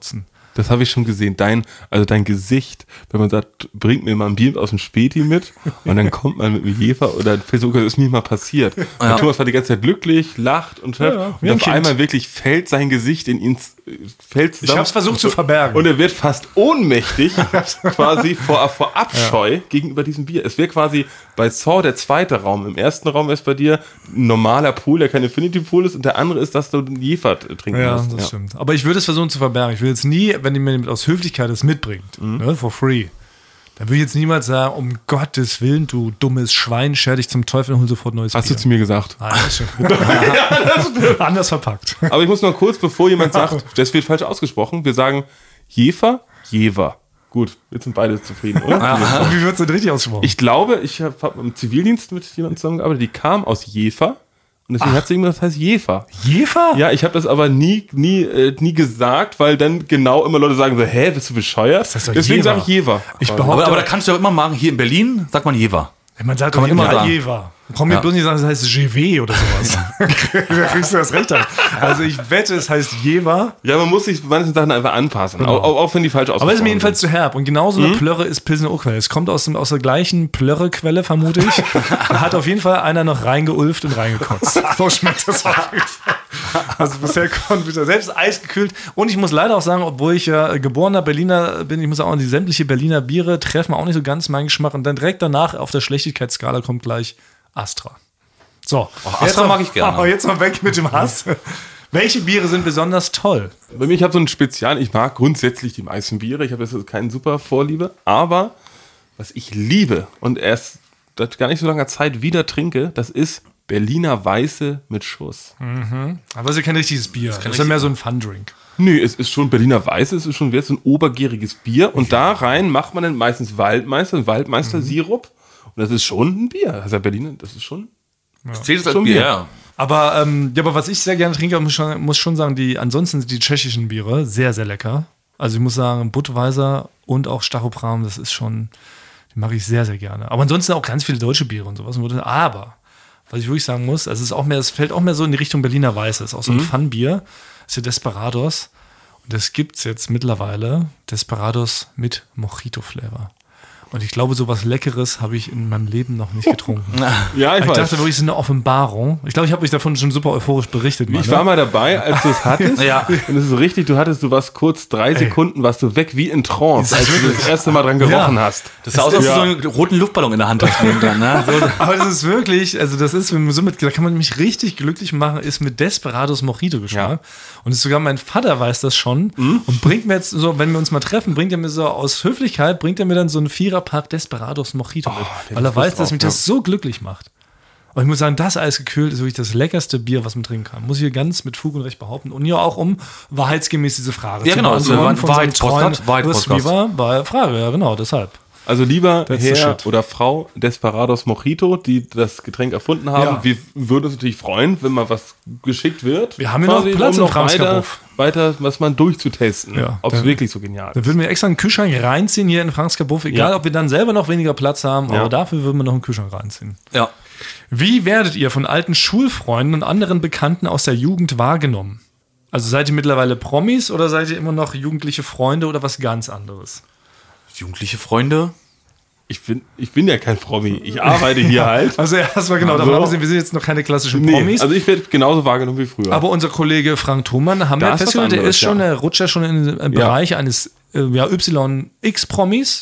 Das habe ich schon gesehen. Dein, also dein Gesicht, wenn man sagt, bringt mir mal ein Bier aus dem Späti mit und dann kommt man mit einem Jefer oder sogar, das ist mir mal passiert. Ja. Und Thomas war die ganze Zeit glücklich, lacht und, ja, und auf einmal wirklich fällt sein Gesicht in ihn, fällt zusammen. Ich habe es versucht zu verbergen. Und er wird fast ohnmächtig, quasi vor, vor Abscheu ja. gegenüber diesem Bier. Es wäre quasi bei Saw der zweite Raum. Im ersten Raum ist bei dir ein normaler Pool, der kein Infinity Pool ist und der andere ist, dass du einen Jefer trinken ja, musst. Das ja, das stimmt. Aber ich würde es versuchen zu verbergen. Ich will jetzt nie, wenn ihr mir aus Höflichkeit das mitbringt, mhm. ne, for free, dann würde ich jetzt niemals sagen, um Gottes Willen, du dummes Schwein, scher dich zum Teufel und hol sofort neues Hast Bier. du zu mir gesagt? Nein, das stimmt. ja, das stimmt. Anders verpackt. Aber ich muss noch kurz, bevor jemand sagt, das wird falsch ausgesprochen, wir sagen Jefer, Jever. Gut, jetzt sind beide zufrieden, oder? Ja. Und wie wird es denn richtig ausgesprochen? Ich glaube, ich habe hab im Zivildienst mit jemandem zusammengearbeitet, die kam aus Jefer. Und deswegen Ach. hat sie immer, das heißt Jefer. Jefer? Ja, ich habe das aber nie, nie, äh, nie gesagt, weil dann genau immer Leute sagen so, hä, bist du bescheuert? Das heißt deswegen sage ich Jever. Ich behaupte, aber, aber da kannst du ja immer machen, hier in Berlin sagt man Jever. Man sagt doch immer ja, Jever. Komm mir ja. bloß nicht sagen, das heißt G W oder sowas. Da kriegst du das Recht an. Also ich wette, es heißt Jever. Ja, man muss sich manchen Sachen einfach anpassen, genau. auch, auch wenn die falsch aussehen. Aber es ist mir jedenfalls zu herb. Und genauso eine mhm. Plörre ist Pilsener Urquell. Es kommt aus, dem, aus der gleichen Plörre-Quelle, vermute ich. Da hat auf jeden Fall einer noch reingeulft und reingekotzt. So schmeckt das auf jeden Fall. Also bisher kommt wieder selbst eisgekühlt. Und ich muss leider auch sagen, obwohl ich ja geborener Berliner bin, ich muss auch die sämtliche Berliner Biere treffen auch nicht so ganz meinen Geschmack. Und dann direkt danach auf der Schlechtigkeitsskala kommt gleich Astra. So, oh, Astra mag ich gerne. Aber jetzt mal weg mit dem Hass. Welche Biere sind besonders toll? Bei mir, ich habe so ein Spezial, ich mag grundsätzlich die meisten Biere, ich habe jetzt keine super Vorliebe, aber was ich liebe und erst seit gar nicht so langer Zeit wieder trinke, das ist Berliner Weiße mit Schuss. Mhm. Aber es ist ja kein richtiges Bier, das, das ist ja mehr so ein Fun-Drink. Nö, es ist schon Berliner Weiße, es ist schon jetzt ein obergäriges Bier und ja. da rein macht man dann meistens Waldmeister, einen Waldmeister-Sirup. Und das ist schon ein Bier. Also Berliner, das ist schon. Ja. Das zählt als Bier, Bier. Ja. Aber, ähm, ja, aber was ich sehr gerne trinke, muss schon, muss schon sagen, die, ansonsten sind die tschechischen Biere sehr, sehr lecker. Also ich muss sagen, Budweiser und auch Stachopram, das ist schon, die mag ich sehr, sehr gerne. Aber ansonsten auch ganz viele deutsche Biere und sowas. Aber, was ich wirklich sagen muss, also es ist auch mehr, es fällt auch mehr so in die Richtung Berliner Weiße. Es ist auch so ein mhm. Fun-Bier. Das ist ja Desperados. Und das gibt's jetzt mittlerweile. Desperados mit Mojito-Flavor. Und ich glaube, so was Leckeres habe ich in meinem Leben noch nicht getrunken. Ja, ich, ich weiß. dachte wirklich, es ist eine Offenbarung. Ich glaube, ich habe euch davon schon super euphorisch berichtet. Ich war mal dabei, als du es hattest. Ja. Und es ist richtig, du hattest, du warst kurz drei Sekunden, warst du weg wie in Trance, als du das erste Mal dran gerochen ja. hast. Das sah aus, als ja. du so einen roten Luftballon in der Hand hast. Ne? So. Aber das ist wirklich, also das ist, so mit, da kann man mich richtig glücklich machen, ist mit Desperados Mojito-Geschmack. Ja. Und ist sogar mein Vater weiß das schon mhm. und bringt mir jetzt so, wenn wir uns mal treffen, bringt er mir so aus Höflichkeit, bringt er mir dann so einen Viererpack Desperados Mojito mit, oh, weil er weiß, dass mich das so glücklich macht. Und ich muss sagen, das eisgekühlt ist wirklich das leckerste Bier, was man trinken kann. Muss ich hier ganz mit Fug und Recht behaupten. Und ja auch um wahrheitsgemäß diese Frage ja, zu genau, beantworten. Also Wahrheitspodcast. Wahrheitspodcast. War, war Frage, ja genau, deshalb. Also lieber That's Herr oder Frau Desperados Mojito, die das Getränk erfunden haben. Ja. Wir würden uns natürlich freuen, wenn mal was geschickt wird. Wir haben ja noch Platz um im weiter, weiter, was man durchzutesten, ja, ob es wirklich so genial ist. Dann würden wir extra einen Kühlschrank reinziehen hier in Franziska Buff, egal ja. ob wir dann selber noch weniger Platz haben, ja. aber dafür würden wir noch einen Kühlschrank reinziehen. Ja. Wie werdet ihr von alten Schulfreunden und anderen Bekannten aus der Jugend wahrgenommen? Also seid ihr mittlerweile Promis oder seid ihr immer noch jugendliche Freunde oder was ganz anderes? Jugendliche Freunde? Ich bin, ich bin ja kein Promi. Ich arbeite hier halt. Also erstmal genau, also, davon abgesehen, wir sind jetzt noch keine klassischen nee, Promis. Also ich werde genauso wahrgenommen wie früher. Aber unser Kollege Frank Thumann, haben da wir festgestellt, der ist schon, ja. der rutscht ja schon in den ja. Bereich eines äh, ja, Y X-Promis.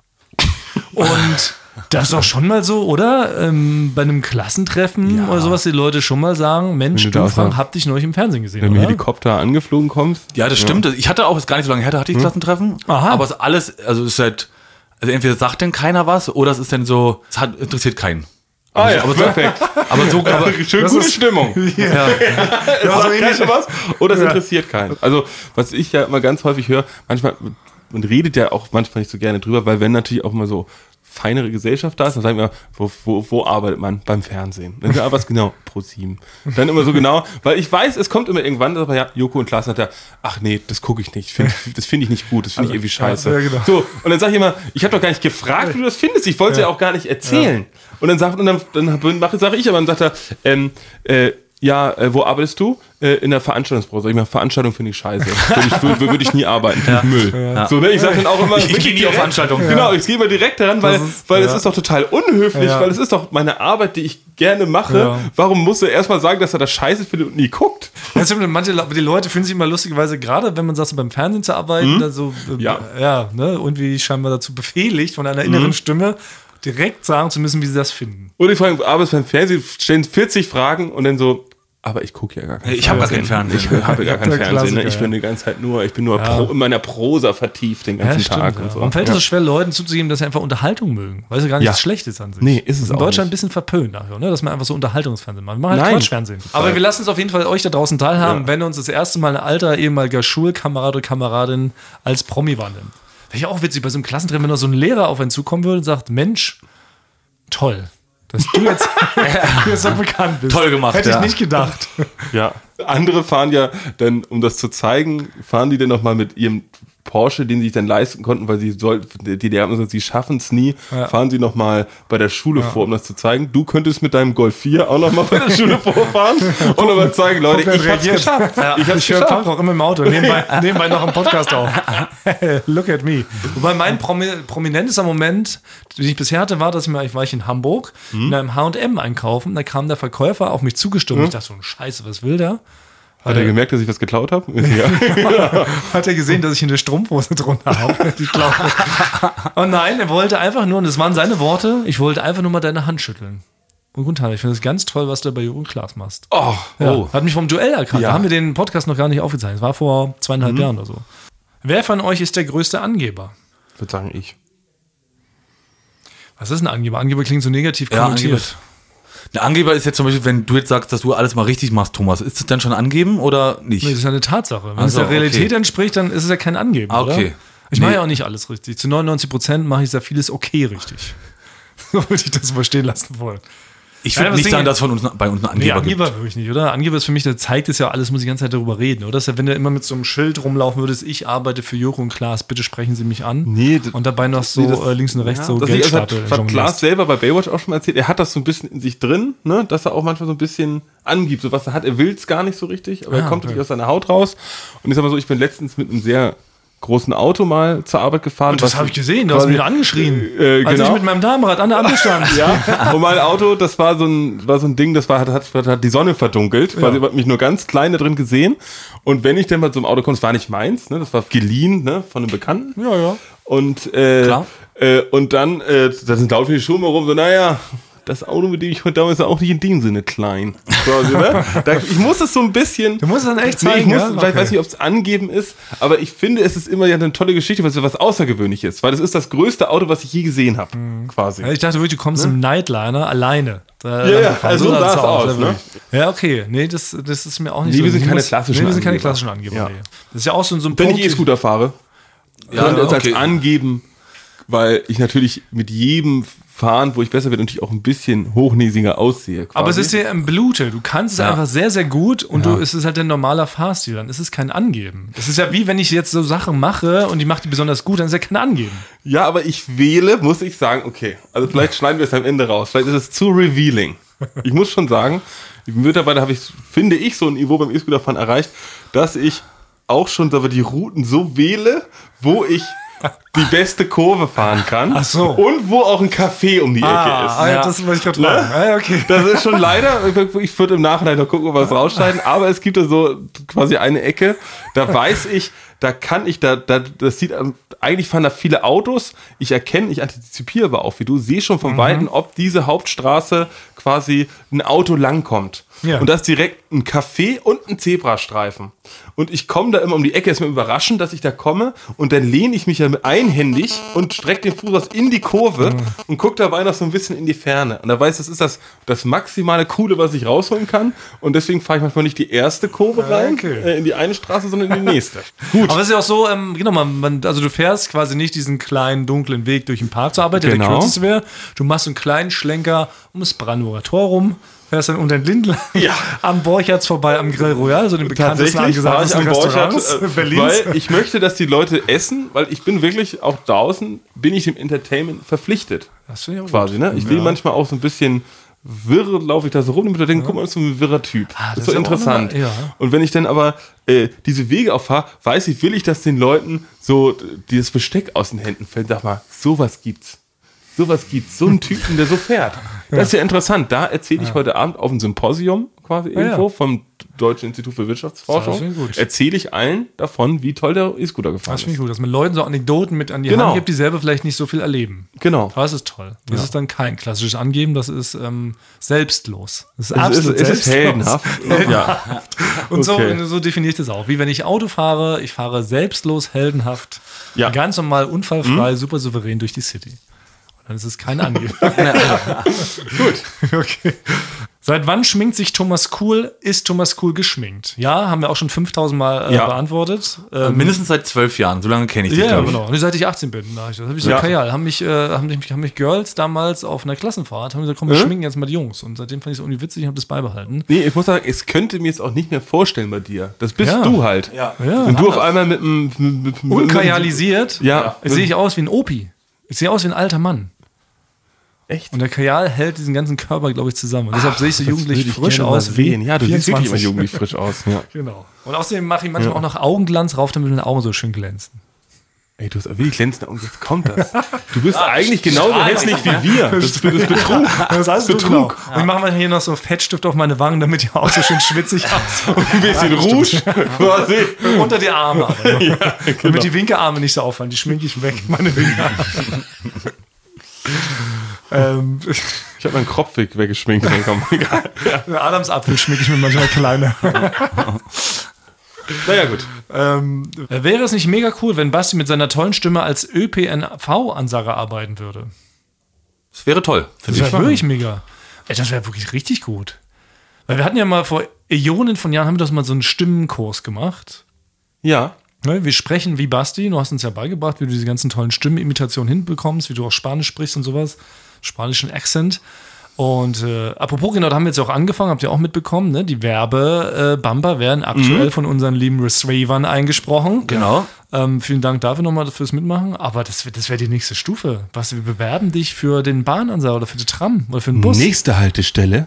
Und das ist doch schon mal so, oder? Ähm, bei einem Klassentreffen ja. oder sowas, die Leute schon mal sagen, Mensch, du, du Frank, hab dich neulich im Fernsehen gesehen, wenn oder? du mit Helikopter angeflogen kommst. Ja, das ja. stimmt. Ich hatte auch, ist gar nicht so lange her, da hatte ich hm. Klassentreffen. Aha. Aber es ist alles, also es ist halt, also entweder sagt denn keiner was, oder es ist dann so, es hat, interessiert keinen. Ah also, ja, aber perfekt. So, aber so, aber, schön gute ist, Stimmung. Ja. Ja. Es ja, sagt keiner was, oder es ja. interessiert keinen. Also, was ich ja immer ganz häufig höre, manchmal, man redet ja auch manchmal nicht so gerne drüber, weil wenn natürlich auch mal so feinere Gesellschaft da ist, dann sagen wir, wo, wo, wo arbeitet man? Beim Fernsehen. Dann ja, was genau? ProSieben. Dann immer so genau, weil ich weiß, es kommt immer irgendwann, aber ja, Joko und Klaas hat ja, ach nee, das gucke ich nicht, find, das finde ich nicht gut, das finde ich irgendwie scheiße. Ja, genau. So, und dann sage ich immer, ich habe doch gar nicht gefragt, wie du das findest, ich wollte es ja. ja auch gar nicht erzählen. Ja. Und dann sagt, und dann, dann sage ich aber, dann sagt er, ähm, äh, ja, äh, wo arbeitest du? Äh, in der Veranstaltungsbranche. Ich meine, Veranstaltung finde ich scheiße. Würde ich, würde, würde ich nie arbeiten, finde ich Müll. Ja. So, ne? Ich sage dann auch immer, Ich, ich gehe nie auf Veranstaltungen. Genau, ich gehe immer direkt daran, weil, ist- weil ja. es ist doch total unhöflich, Ja. weil es ist doch meine Arbeit, die ich gerne mache. Ja. Warum musst du erstmal sagen, dass er das scheiße findet und nie guckt? Ja, stimmt, manche Le- die Leute fühlen sich immer lustigerweise, gerade wenn man sagt, so beim Fernsehen zu arbeiten, da so, äh, Ja. ja ne, irgendwie scheinbar dazu befehligt von einer inneren Stimme, direkt sagen zu müssen, wie sie das finden. Und ich frage, du arbeitest beim Fernsehen, stellen vierzig Fragen und dann so, aber ich gucke ja gar keinen Ich habe gar keinen Fernsehen. Ich habe gar keinen Der Fernsehen. Ne? Klassiker, Ich bin ja. die ganze Zeit nur, ich bin nur pro, in meiner Prosa vertieft den ganzen Tag ja. und so. Warum fällt es Ja. so schwer, Leuten zuzugeben, dass sie einfach Unterhaltung mögen? Weil sie gar nichts Ja. Schlechtes an sich. Nee, ist es Das in auch Deutschland ein nicht. bisschen verpönt dafür, ne? Dass man einfach so Unterhaltungsfernsehen macht. Wir machen halt Nein. Quatschfernsehen. Aber wir lassen uns auf jeden Fall euch da draußen teilhaben, Ja. wenn uns das erste Mal ein alter ehemaliger Schulkamerad oder Kameradin als Promi wahrnimmt. Wäre ich auch witzig, bei so einem Klassentreffen, wenn noch so ein Lehrer auf einen zukommen würde und sagt, Mensch, toll, dass du jetzt, du jetzt so bekannt bist. Toll gemacht, Hätte ich ja. nicht gedacht. Ja. Andere fahren ja dann, um das zu zeigen, fahren die dann nochmal mit ihrem Porsche, den sie sich dann leisten konnten, weil sie sollten, die Lehrer haben gesagt, sie schaffen es nie, Ja. fahren sie nochmal bei der Schule vor, um das zu zeigen. Du könntest mit deinem Golf vier auch nochmal bei der Schule vorfahren und nochmal zeigen, Leute, wer ich hab's reagiert. geschafft. Ja, Ich hab's ich höre geschafft. Punk auch immer im Auto, nebenbei, nebenbei noch einen Podcast auf. Look at me. Wobei mein Promi prominentester Moment, den ich bisher hatte, war, dass ich, mal, ich war ich in Hamburg in einem H und M einkaufen. Da kam der Verkäufer auf mich zugestimmt. Ich dachte so, Scheiße, was will der? Hat er gemerkt, dass ich was geklaut habe? Ja. Hat er gesehen, dass ich eine Strumpfhose drunter habe? Ich glaube. Und nein, er wollte einfach nur, und das waren seine Worte, ich wollte einfach nur mal deine Hand schütteln. Und guten Tag, ich finde es ganz toll, was du bei Jürgen Klaas machst. Oh, Ja, Oh. Hat mich vom Duell erkannt. Ja. Da haben wir den Podcast noch gar nicht aufgezeichnet. Das war vor zweieinhalb Jahren oder so. Wer von euch ist der größte Angeber? ich würde sagen, ich. Was ist ein Angeber? Angeber klingt so negativ Ja, konnotiert. Angeber. Ein Angeber ist jetzt zum Beispiel, wenn du jetzt sagst, dass du alles mal richtig machst, Thomas. Ist das dann schon angeben oder nicht? Nee, das ist ja eine Tatsache. Wenn Ach es so, der Realität okay. entspricht, dann ist es ja kein Angeben, Ah, okay. oder? Ich mache Nee. ja auch nicht alles richtig. Zu neunundneunzig Prozent mache ich sehr vieles okay richtig. So würde ich das verstehen lassen wollen. Ich Ja, würde aber nicht das sagen, Ding- dass es von uns bei uns einen Nee, Angeber gibt. Angeber wirklich nicht, oder? Angeber ist für mich, der zeigt es ja alles, muss ich die ganze Zeit darüber reden, oder? Das ist ja, wenn du immer mit so einem Schild rumlaufen würdest, ich arbeite für Jürgen und Klaas, bitte sprechen Sie mich an. Nee, das- und dabei noch so Nee, das- äh, links und rechts so das Geldstapel. hat, hat Klaas selber bei Baywatch auch schon mal erzählt. Er hat das so ein bisschen in sich drin, ne? Dass er auch manchmal so ein bisschen angibt, so was er hat. Er will es gar nicht so richtig, aber Ah, er kommt okay. wirklich aus seiner Haut raus. Und ich sag mal so, ich bin letztens mit einem sehr großen Auto mal zur Arbeit gefahren. Das was habe ich gesehen, du hast quasi- mich angeschrien. Äh, Als genau. ich mit meinem Damenrad an der Ampel stand. Ja, und mein Auto, das war so ein, war so ein Ding, das war, hat, hat, hat die Sonne verdunkelt, quasi hat mich nur ganz klein da drin gesehen. Und wenn ich dann mal zum Auto komme, das war nicht meins, ne, das war geliehen, ne, von einem Bekannten. Ja, ja. Und, äh, Klar. äh, und dann, äh, da sind laut viele Schuhe rum, so, naja, das Auto, mit dem ich heute damals ist auch nicht in dem Sinne klein. Quasi, ne? da, ich muss es so ein bisschen. Du musst es dann echt Nee, ich zeigen, muss, ja? weil ich Okay. weiß nicht, ob es angeben ist, aber ich finde, es ist immer ja eine tolle Geschichte, weil es was Außergewöhnliches ist, weil das ist das größte Auto, was ich je gesehen habe, quasi. Ja, ich dachte wirklich, du kommst im Nightliner alleine. Da Ja, ja, langgefahren. also so sah sah es es aus, ja, ne? wirklich. Ja, okay. Nee, das, das ist mir auch nicht Nee, so. wir sind Ich keine muss- klassischen Nee, wir sind keine Angeber. klassischen Angeber. Ja. Nee. Das ist ja auch so, so ein Wenn Punkt. ich E-Scooter fahre, Ja, könnte es okay. als angeben, weil ich natürlich mit jedem Fahren, wo ich besser werde, natürlich auch ein bisschen hochnäsiger aussehe. Quasi. Aber es ist dir im Blute. Du kannst es Ja. einfach sehr, sehr gut und du, es ist halt ein normaler Fahrstil. Dann ist es kein Angeben. Es ist ja wie, wenn ich jetzt so Sachen mache und ich mache die besonders gut, dann ist ja kein Angeben. Ja, aber ich wähle, muss ich sagen, okay, also vielleicht schneiden wir es am Ende raus. Vielleicht ist es zu revealing. Ich muss schon sagen, mittlerweile habe ich, finde ich, so ein Niveau beim E-Scooter-Fahren erreicht, dass ich auch schon aber die Routen so wähle, wo ich die beste Kurve fahren kann. Ach so. Und wo auch ein Café um die Ecke ist. ah ja, das wollte ich gerade fragen. Ah, ja, okay. Das ist schon leider, ich würde im Nachhinein noch gucken, ob wir es rausschneiden, aber es gibt da so quasi eine Ecke, da weiß ich, da kann ich, da, da das sieht, eigentlich fahren da viele Autos, ich erkenne, ich antizipiere aber auch, wie du, sehe schon von Weitem, ob diese Hauptstraße quasi ein Auto langkommt. Ja. Und da ist direkt ein Café und ein Zebrastreifen. Und ich komme da immer um die Ecke, ist mir überraschend, dass ich da komme und dann lehne ich mich ja einhändig und strecke den Fuß aus in die Kurve und gucke dabei noch so ein bisschen in die Ferne. Und da weiß, das ist das, das maximale Coole, was ich rausholen kann. Und deswegen fahre ich manchmal nicht die erste Kurve rein, okay. äh, in die eine Straße, sondern in die nächste. Gut. Aber es ist ja auch so, ähm, genau, man, man, also du fährst quasi nicht diesen kleinen, dunklen Weg durch den Park zur Arbeit, der der Genau. kürzeste wäre. Du machst einen kleinen Schlenker um das Brandenburger Tor rum, fährst dann um den Linden Ja. am Borchertz vorbei, am Grill Royal, so den bekanntesten Tatsächlich fahre ich angesagtesten am Borchardt, Restaurants äh, Berlins. weil ich möchte, dass die Leute essen, weil ich bin wirklich, auch draußen, bin ich dem Entertainment verpflichtet. Das finde ich auch Quasi, gut. ne? Ich will Ja. manchmal auch so ein bisschen wirr laufe ich da so rum und denke, guck mal, das ist so ein wirrer Typ. Ah, das ist das so ist aber auch interessant. noch mal- ja. Und wenn ich dann aber äh, diese Wege auffahre, weiß ich, will ich, dass den Leuten so d- dieses Besteck aus den Händen fällt. Sag mal, sowas gibt's. Sowas gibt's. So einen Typen, der so fährt. Das ist ja interessant. Da erzähle ich ja. heute Abend auf einem Symposium quasi Ja, irgendwo ja. vom Deutschen Institut für Das Wirtschaftsforschung. finde ich gut. Erzähle ich allen davon, wie toll der E-Scooter gefahren Das finde ist. ich gut, dass man Leuten so Anekdoten mit an die Genau. Hand gibt, die selber vielleicht nicht so viel erleben. Genau. Aber das ist toll. Das Ja. ist dann kein klassisches Angeben, das ist ähm, selbstlos. Das ist Es ist, absolut es ist selbstlos. heldenhaft. Ja. Und Okay. so, so definiere ich das auch. Wie wenn ich Auto fahre, ich fahre selbstlos, heldenhaft, Ja. ganz normal, unfallfrei, super souverän durch die City. Und dann ist es kein Angeben. Gut. Okay. Seit wann schminkt sich Thomas Kuhl? Ist Thomas Kuhl geschminkt? Ja, haben wir auch schon fünftausend Mal äh, Ja. beantwortet. Ähm, Mindestens seit zwölf Jahren, so lange kenne ich dich, ja, ja, glaub ich. genau. Und seit ich achtzehn bin, da hab ich das habe ich so, Ja. Kajal, haben mich, äh, haben, mich, haben mich Girls damals auf einer Klassenfahrt, haben gesagt, komm, wir Mhm. schminken jetzt mal die Jungs. Und seitdem fand ich es irgendwie witzig und habe das beibehalten. Nee, ich muss sagen, es könnte mir jetzt auch nicht mehr vorstellen bei dir. Das bist Ja. du halt. Ja. Ja. Und du auf einmal mit einem... mit- mit- mit- Unkajalisiert. Ja. Jetzt sehe ich aus wie ein Opi. Ich sehe aus wie ein alter Mann. Echt? Und der Kajal hält diesen ganzen Körper, glaube ich, zusammen. Und deshalb sehe ich so jugendlich frisch aus. wie Ja, du siehst wirklich immer vierundzwanzig. jugendlich frisch aus. Ja. Genau. Und außerdem mache ich manchmal auch noch Augenglanz rauf, damit meine Augen so schön glänzen. Ey, du hast wirklich glänzende Augen. Jetzt kommt das. Du bist eigentlich genauso hässlich wie wir. Das ist das ist Betrug. Das heißt Betrug. Genau. Und ich mache mal hier noch so Fettstift auf meine Wangen, damit die auch so schön schwitzig aussehen. Ein bisschen Rouge. Quasi. Unter die Arme. Aber noch. Ja, genau. Damit die Winkearme nicht so auffallen. Die schminke ich weg, meine Winkearme. ähm, Ich habe meinen Kopf weg, weggeschminkt. Dann komm, egal. Adamsapfel schminke ich mir manchmal kleiner. Naja, gut. ähm, wäre es nicht mega cool, wenn Basti mit seiner tollen Stimme als Ö P N V-Ansager arbeiten würde? Das wäre toll. Das wäre wirklich mega. Ey, das wäre wirklich richtig gut. Weil wir hatten ja mal vor Äonen von Jahren, haben wir das mal so einen Stimmenkurs gemacht. Ja. Ne, wir sprechen wie Basti. Du hast uns ja beigebracht, wie du diese ganzen tollen Stimmenimitationen hinbekommst, wie du auch Spanisch sprichst und sowas. Spanischen Akzent. Und äh, apropos, genau, da haben wir jetzt auch angefangen, habt ihr auch mitbekommen, ne? Die Werbe-Bumper werden aktuell Mhm. von unseren lieben Retrievern eingesprochen. Genau. Ähm, vielen Dank dafür nochmal fürs Mitmachen. Aber das, wär- das wäre die nächste Stufe. Basti, wir bewerben dich für den Bahnansager oder für die Tram oder für den Bus. Nächste Haltestelle.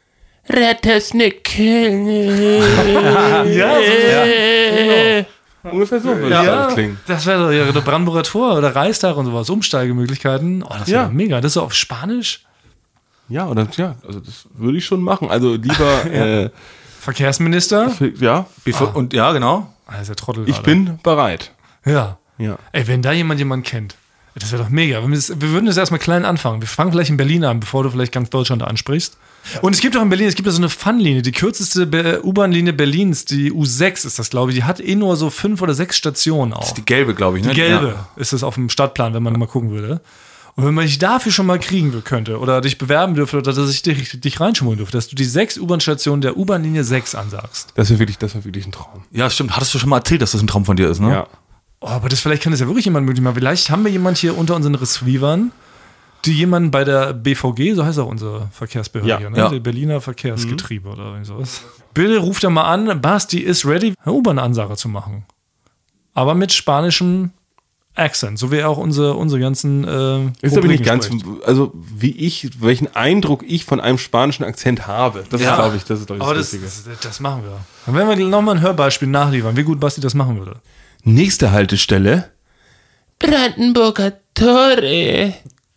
Ja, Ungefähr so würde ja, das ja, alles klingen. das wäre so, ja, der Brandenburger Tor oder Reichstag und sowas, Umsteigemöglichkeiten. Oh, das wäre Ja. mega. Das ist so auf Spanisch. Ja, oder ja, also das würde ich schon machen. Also lieber, äh, Verkehrsminister. für, ja, Bevor- Und ja, genau. Ah, das ist der Trottel ich gerade. bin bereit. Ja. Ja. Ey, wenn da jemand jemanden kennt, das wäre doch mega. Wir, müssen- wir würden das erstmal klein anfangen. Wir fangen vielleicht in Berlin an, bevor du vielleicht ganz Deutschland ansprichst. Und es gibt auch in Berlin, es gibt da so eine Fun-Linie, die kürzeste Be- U-Bahn-Linie Berlins, die U sechs ist das, glaube ich. Die hat eh nur so fünf oder sechs Stationen auch. Die gelbe, glaube ich. Ne? Die gelbe Ja. ist es auf dem Stadtplan, wenn man mal gucken würde. Und wenn man dich dafür schon mal kriegen will- könnte oder dich bewerben dürfte oder dass ich dich, dich reinschummeln dürfte, dass du die sechs U-Bahn-Stationen der U-Bahn-Linie sechs ansagst. Das wäre wirklich, das wäre wirklich ein Traum. Ja, stimmt. Hattest du schon mal erzählt, dass das ein Traum von dir ist, ne? Ja. Oh, aber das, vielleicht kann das ja wirklich jemand möglich machen. Vielleicht haben wir jemand hier unter unseren Receivern, die jemanden bei der B V G, so heißt auch unsere Verkehrsbehörde Ja, hier, ne? ja. Der Berliner Verkehrsgetriebe oder irgendwie sowas. Bitte ruft er mal an, Basti ist ready, eine U-Bahn-Ansage zu machen. Aber mit spanischem Accent, so wie auch unsere, unsere ganzen äh, Ist aber nicht Rubriken ganz, spricht. also wie ich, welchen Eindruck ich von einem spanischen Akzent habe. Das Ja. ist, glaube ich, das ist, glaube ich, Aber das das, Wichtige. das, das machen wir. Dann werden wir nochmal ein Hörbeispiel nachliefern, wie gut Basti das machen würde. Nächste Haltestelle. Brandenburger Tore.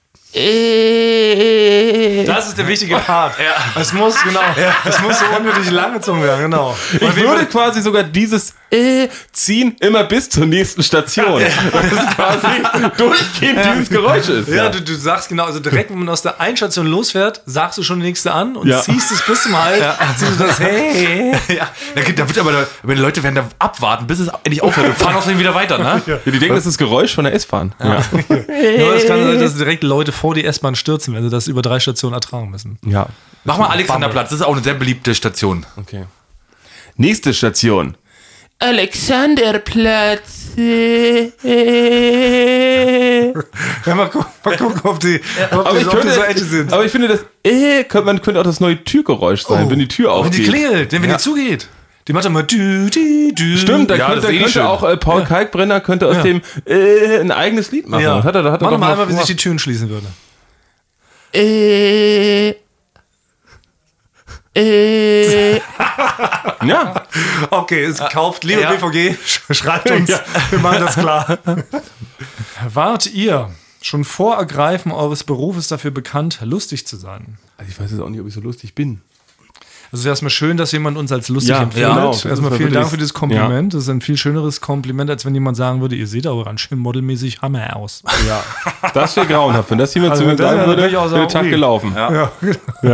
Äh. Das ist der wichtige Part. Es muss, genau, es muss so unnötig langgezogen werden, genau. Ich würde quasi sogar dieses äh, ziehen immer bis zur nächsten Station. Das ist quasi durchgehend dieses Geräusch ist. Ja, du, du sagst genau, also direkt, wenn man aus der einen Station losfährt, sagst du schon die nächste an und Ja. ziehst es bis zum Hals. Ziehst du das, hey. Ja, da, da wird aber, da, aber die Leute werden da abwarten, bis es endlich aufhört und fahren außerdem wieder weiter, ne? Ja, die denken, das ist das Geräusch von der S-Bahn. Ja. Nur es kann sein, dass direkt Leute vor die S-Bahn stürzen, wenn sie das über drei Stationen ertragen müssen. ja. Mach mal Alexanderplatz, das ist auch eine sehr beliebte Station. Okay. Nächste Station. Alexanderplatz. Äh. Ja, mal gucken, mal gucken ob die, ob Aber die, ich, ob die könnte, so edgy sind. aber ich finde, das äh, könnte, man könnte auch das neue Türgeräusch sein, wenn die Tür Wenn aufgeht. die klingelt, denn wenn Ja. die zugeht. Die macht dann mal dü, dü, dü. Stimmt, da Ja, könnte, das ist eh könnte schön. auch äh, Paul Kalkbrenner könnte aus Ja. dem äh, ein eigenes Lied machen. Ja. Das hat er, da hat er Mach doch doch mal mal einmal, wie sich gemacht. die Türen schließen würde. Äh. Äh, Ja. Okay, es kauft, liebe Ja. B V G, sch- schreibt uns, wir machen das klar. Wart ihr schon vor Ergreifen eures Berufes dafür bekannt, lustig zu sein? Also ich weiß jetzt auch nicht, ob ich so lustig bin. Also es ist erstmal schön, dass jemand uns als lustig Ja, empfindet. ja, genau. Das Erstmal ist vielen wirklich- Dank für dieses Kompliment. Das ist ein viel schöneres Kompliment, als wenn jemand sagen würde, ihr seht aber ganz schön modelmäßig Hammer aus. Ja. Das wäre grauenhaft. Wenn das jemand Also zu mir dann sagen würde, würde ich auch wäre der sagen, Tag ui. gelaufen. Ja. Ja.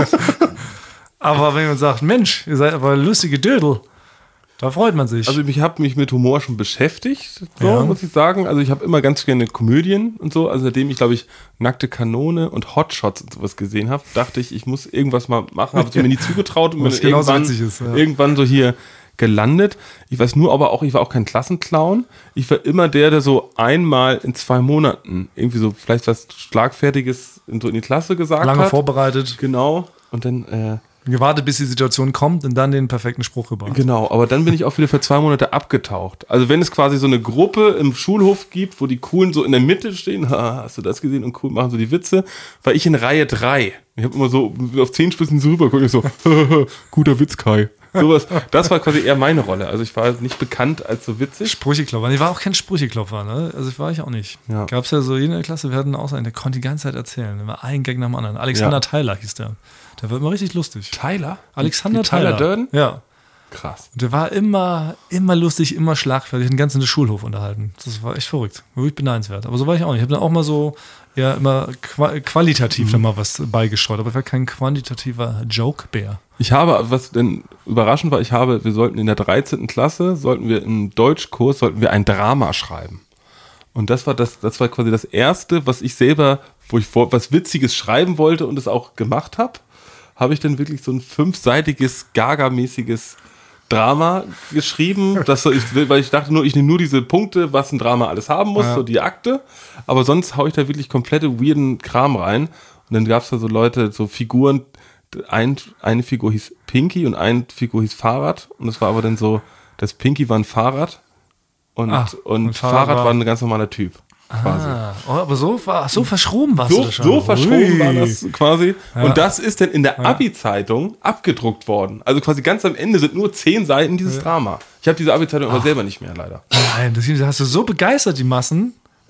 Aber wenn jemand sagt, Mensch, ihr seid aber lustige Dödel, da freut man sich. Also ich habe mich mit Humor schon beschäftigt, so Ja. muss ich sagen. Also ich habe immer ganz gerne Komödien und so. Also seitdem ich, glaube ich, Nackte Kanone und Hotshots und sowas gesehen habe, dachte ich, ich muss irgendwas mal machen. Habe ich mir nie zugetraut und bin Was genauso irgendwann, witzig ist, ja. irgendwann so hier gelandet. Ich weiß nur aber auch, ich war auch kein Klassenclown. Ich war immer der, der so einmal in zwei Monaten irgendwie so vielleicht was Schlagfertiges in, so in die Klasse gesagt Lange hat. vorbereitet, Genau. Und dann... Äh, gewartet, bis die Situation kommt und dann den perfekten Spruch gebracht. Genau, aber dann bin ich auch wieder für zwei Monate abgetaucht. Also wenn es quasi so eine Gruppe im Schulhof gibt, wo die Coolen so in der Mitte stehen, ha, hast du das gesehen, und cool machen so die Witze, war ich in Reihe drei. Ich habe immer so auf Zehenspitzen so rüber und ich so, guter Witz, Kai. Sowas. Das war quasi eher meine Rolle. Also ich war nicht bekannt als so witzig. Sprücheklopfer. Ich war auch kein Sprücheklopfer, ne? Also ich war ich auch nicht. Ja. Gab's ja so in der Klasse, wir hatten auch so einen, der konnte die ganze Zeit erzählen. Der war ein Gag nach dem anderen. Alexander Ja. Tyler hieß der. Der war immer richtig lustig. Tyler? Alexander Wie Tyler Tyler. Durden? Ja. Krass. Der war immer, immer lustig, immer schlagfertig, den ganzen Schulhof unterhalten. Das war echt verrückt. Wirklich beneidenswert. Aber so war ich auch nicht. Ich habe dann auch mal so, ja, immer qua- qualitativ da mal was beigestreut. Aber ich war kein quantitativer Joke-Bär. Ich habe, was denn überraschend war, ich habe, wir sollten in der dreizehnten Klasse, sollten wir im Deutschkurs, sollten wir ein Drama schreiben. Und das war das, das war quasi das erste, was ich selber, wo ich vor, was Witziges schreiben wollte und es auch gemacht habe, habe ich dann wirklich so ein fünfseitiges, Gaga-mäßiges Drama geschrieben, das so, ich, weil ich dachte nur, ich nehme nur diese Punkte, was ein Drama alles haben muss, Ja. so die Akte, aber sonst haue ich da wirklich komplette weirden Kram rein. Und dann gab es da so Leute, so Figuren, ein, eine Figur hieß Pinky und eine Figur hieß Fahrrad, und es war aber dann so, das Pinky war ein Fahrrad und, Ach, und, und Fahrrad, Fahrrad war war- ein ganz normaler Typ. Quasi. Ah, oh, aber so, war- so verschroben warst So, du da schon. so verschoben Ui. war das quasi. Ja. Und das ist dann in der Abi-Zeitung abgedruckt worden. Also quasi ganz am Ende sind nur zehn Seiten dieses Drama. Ich habe diese Abi-Zeitung aber selber nicht mehr, leider. Nein, das hast du so begeistert, die Massen.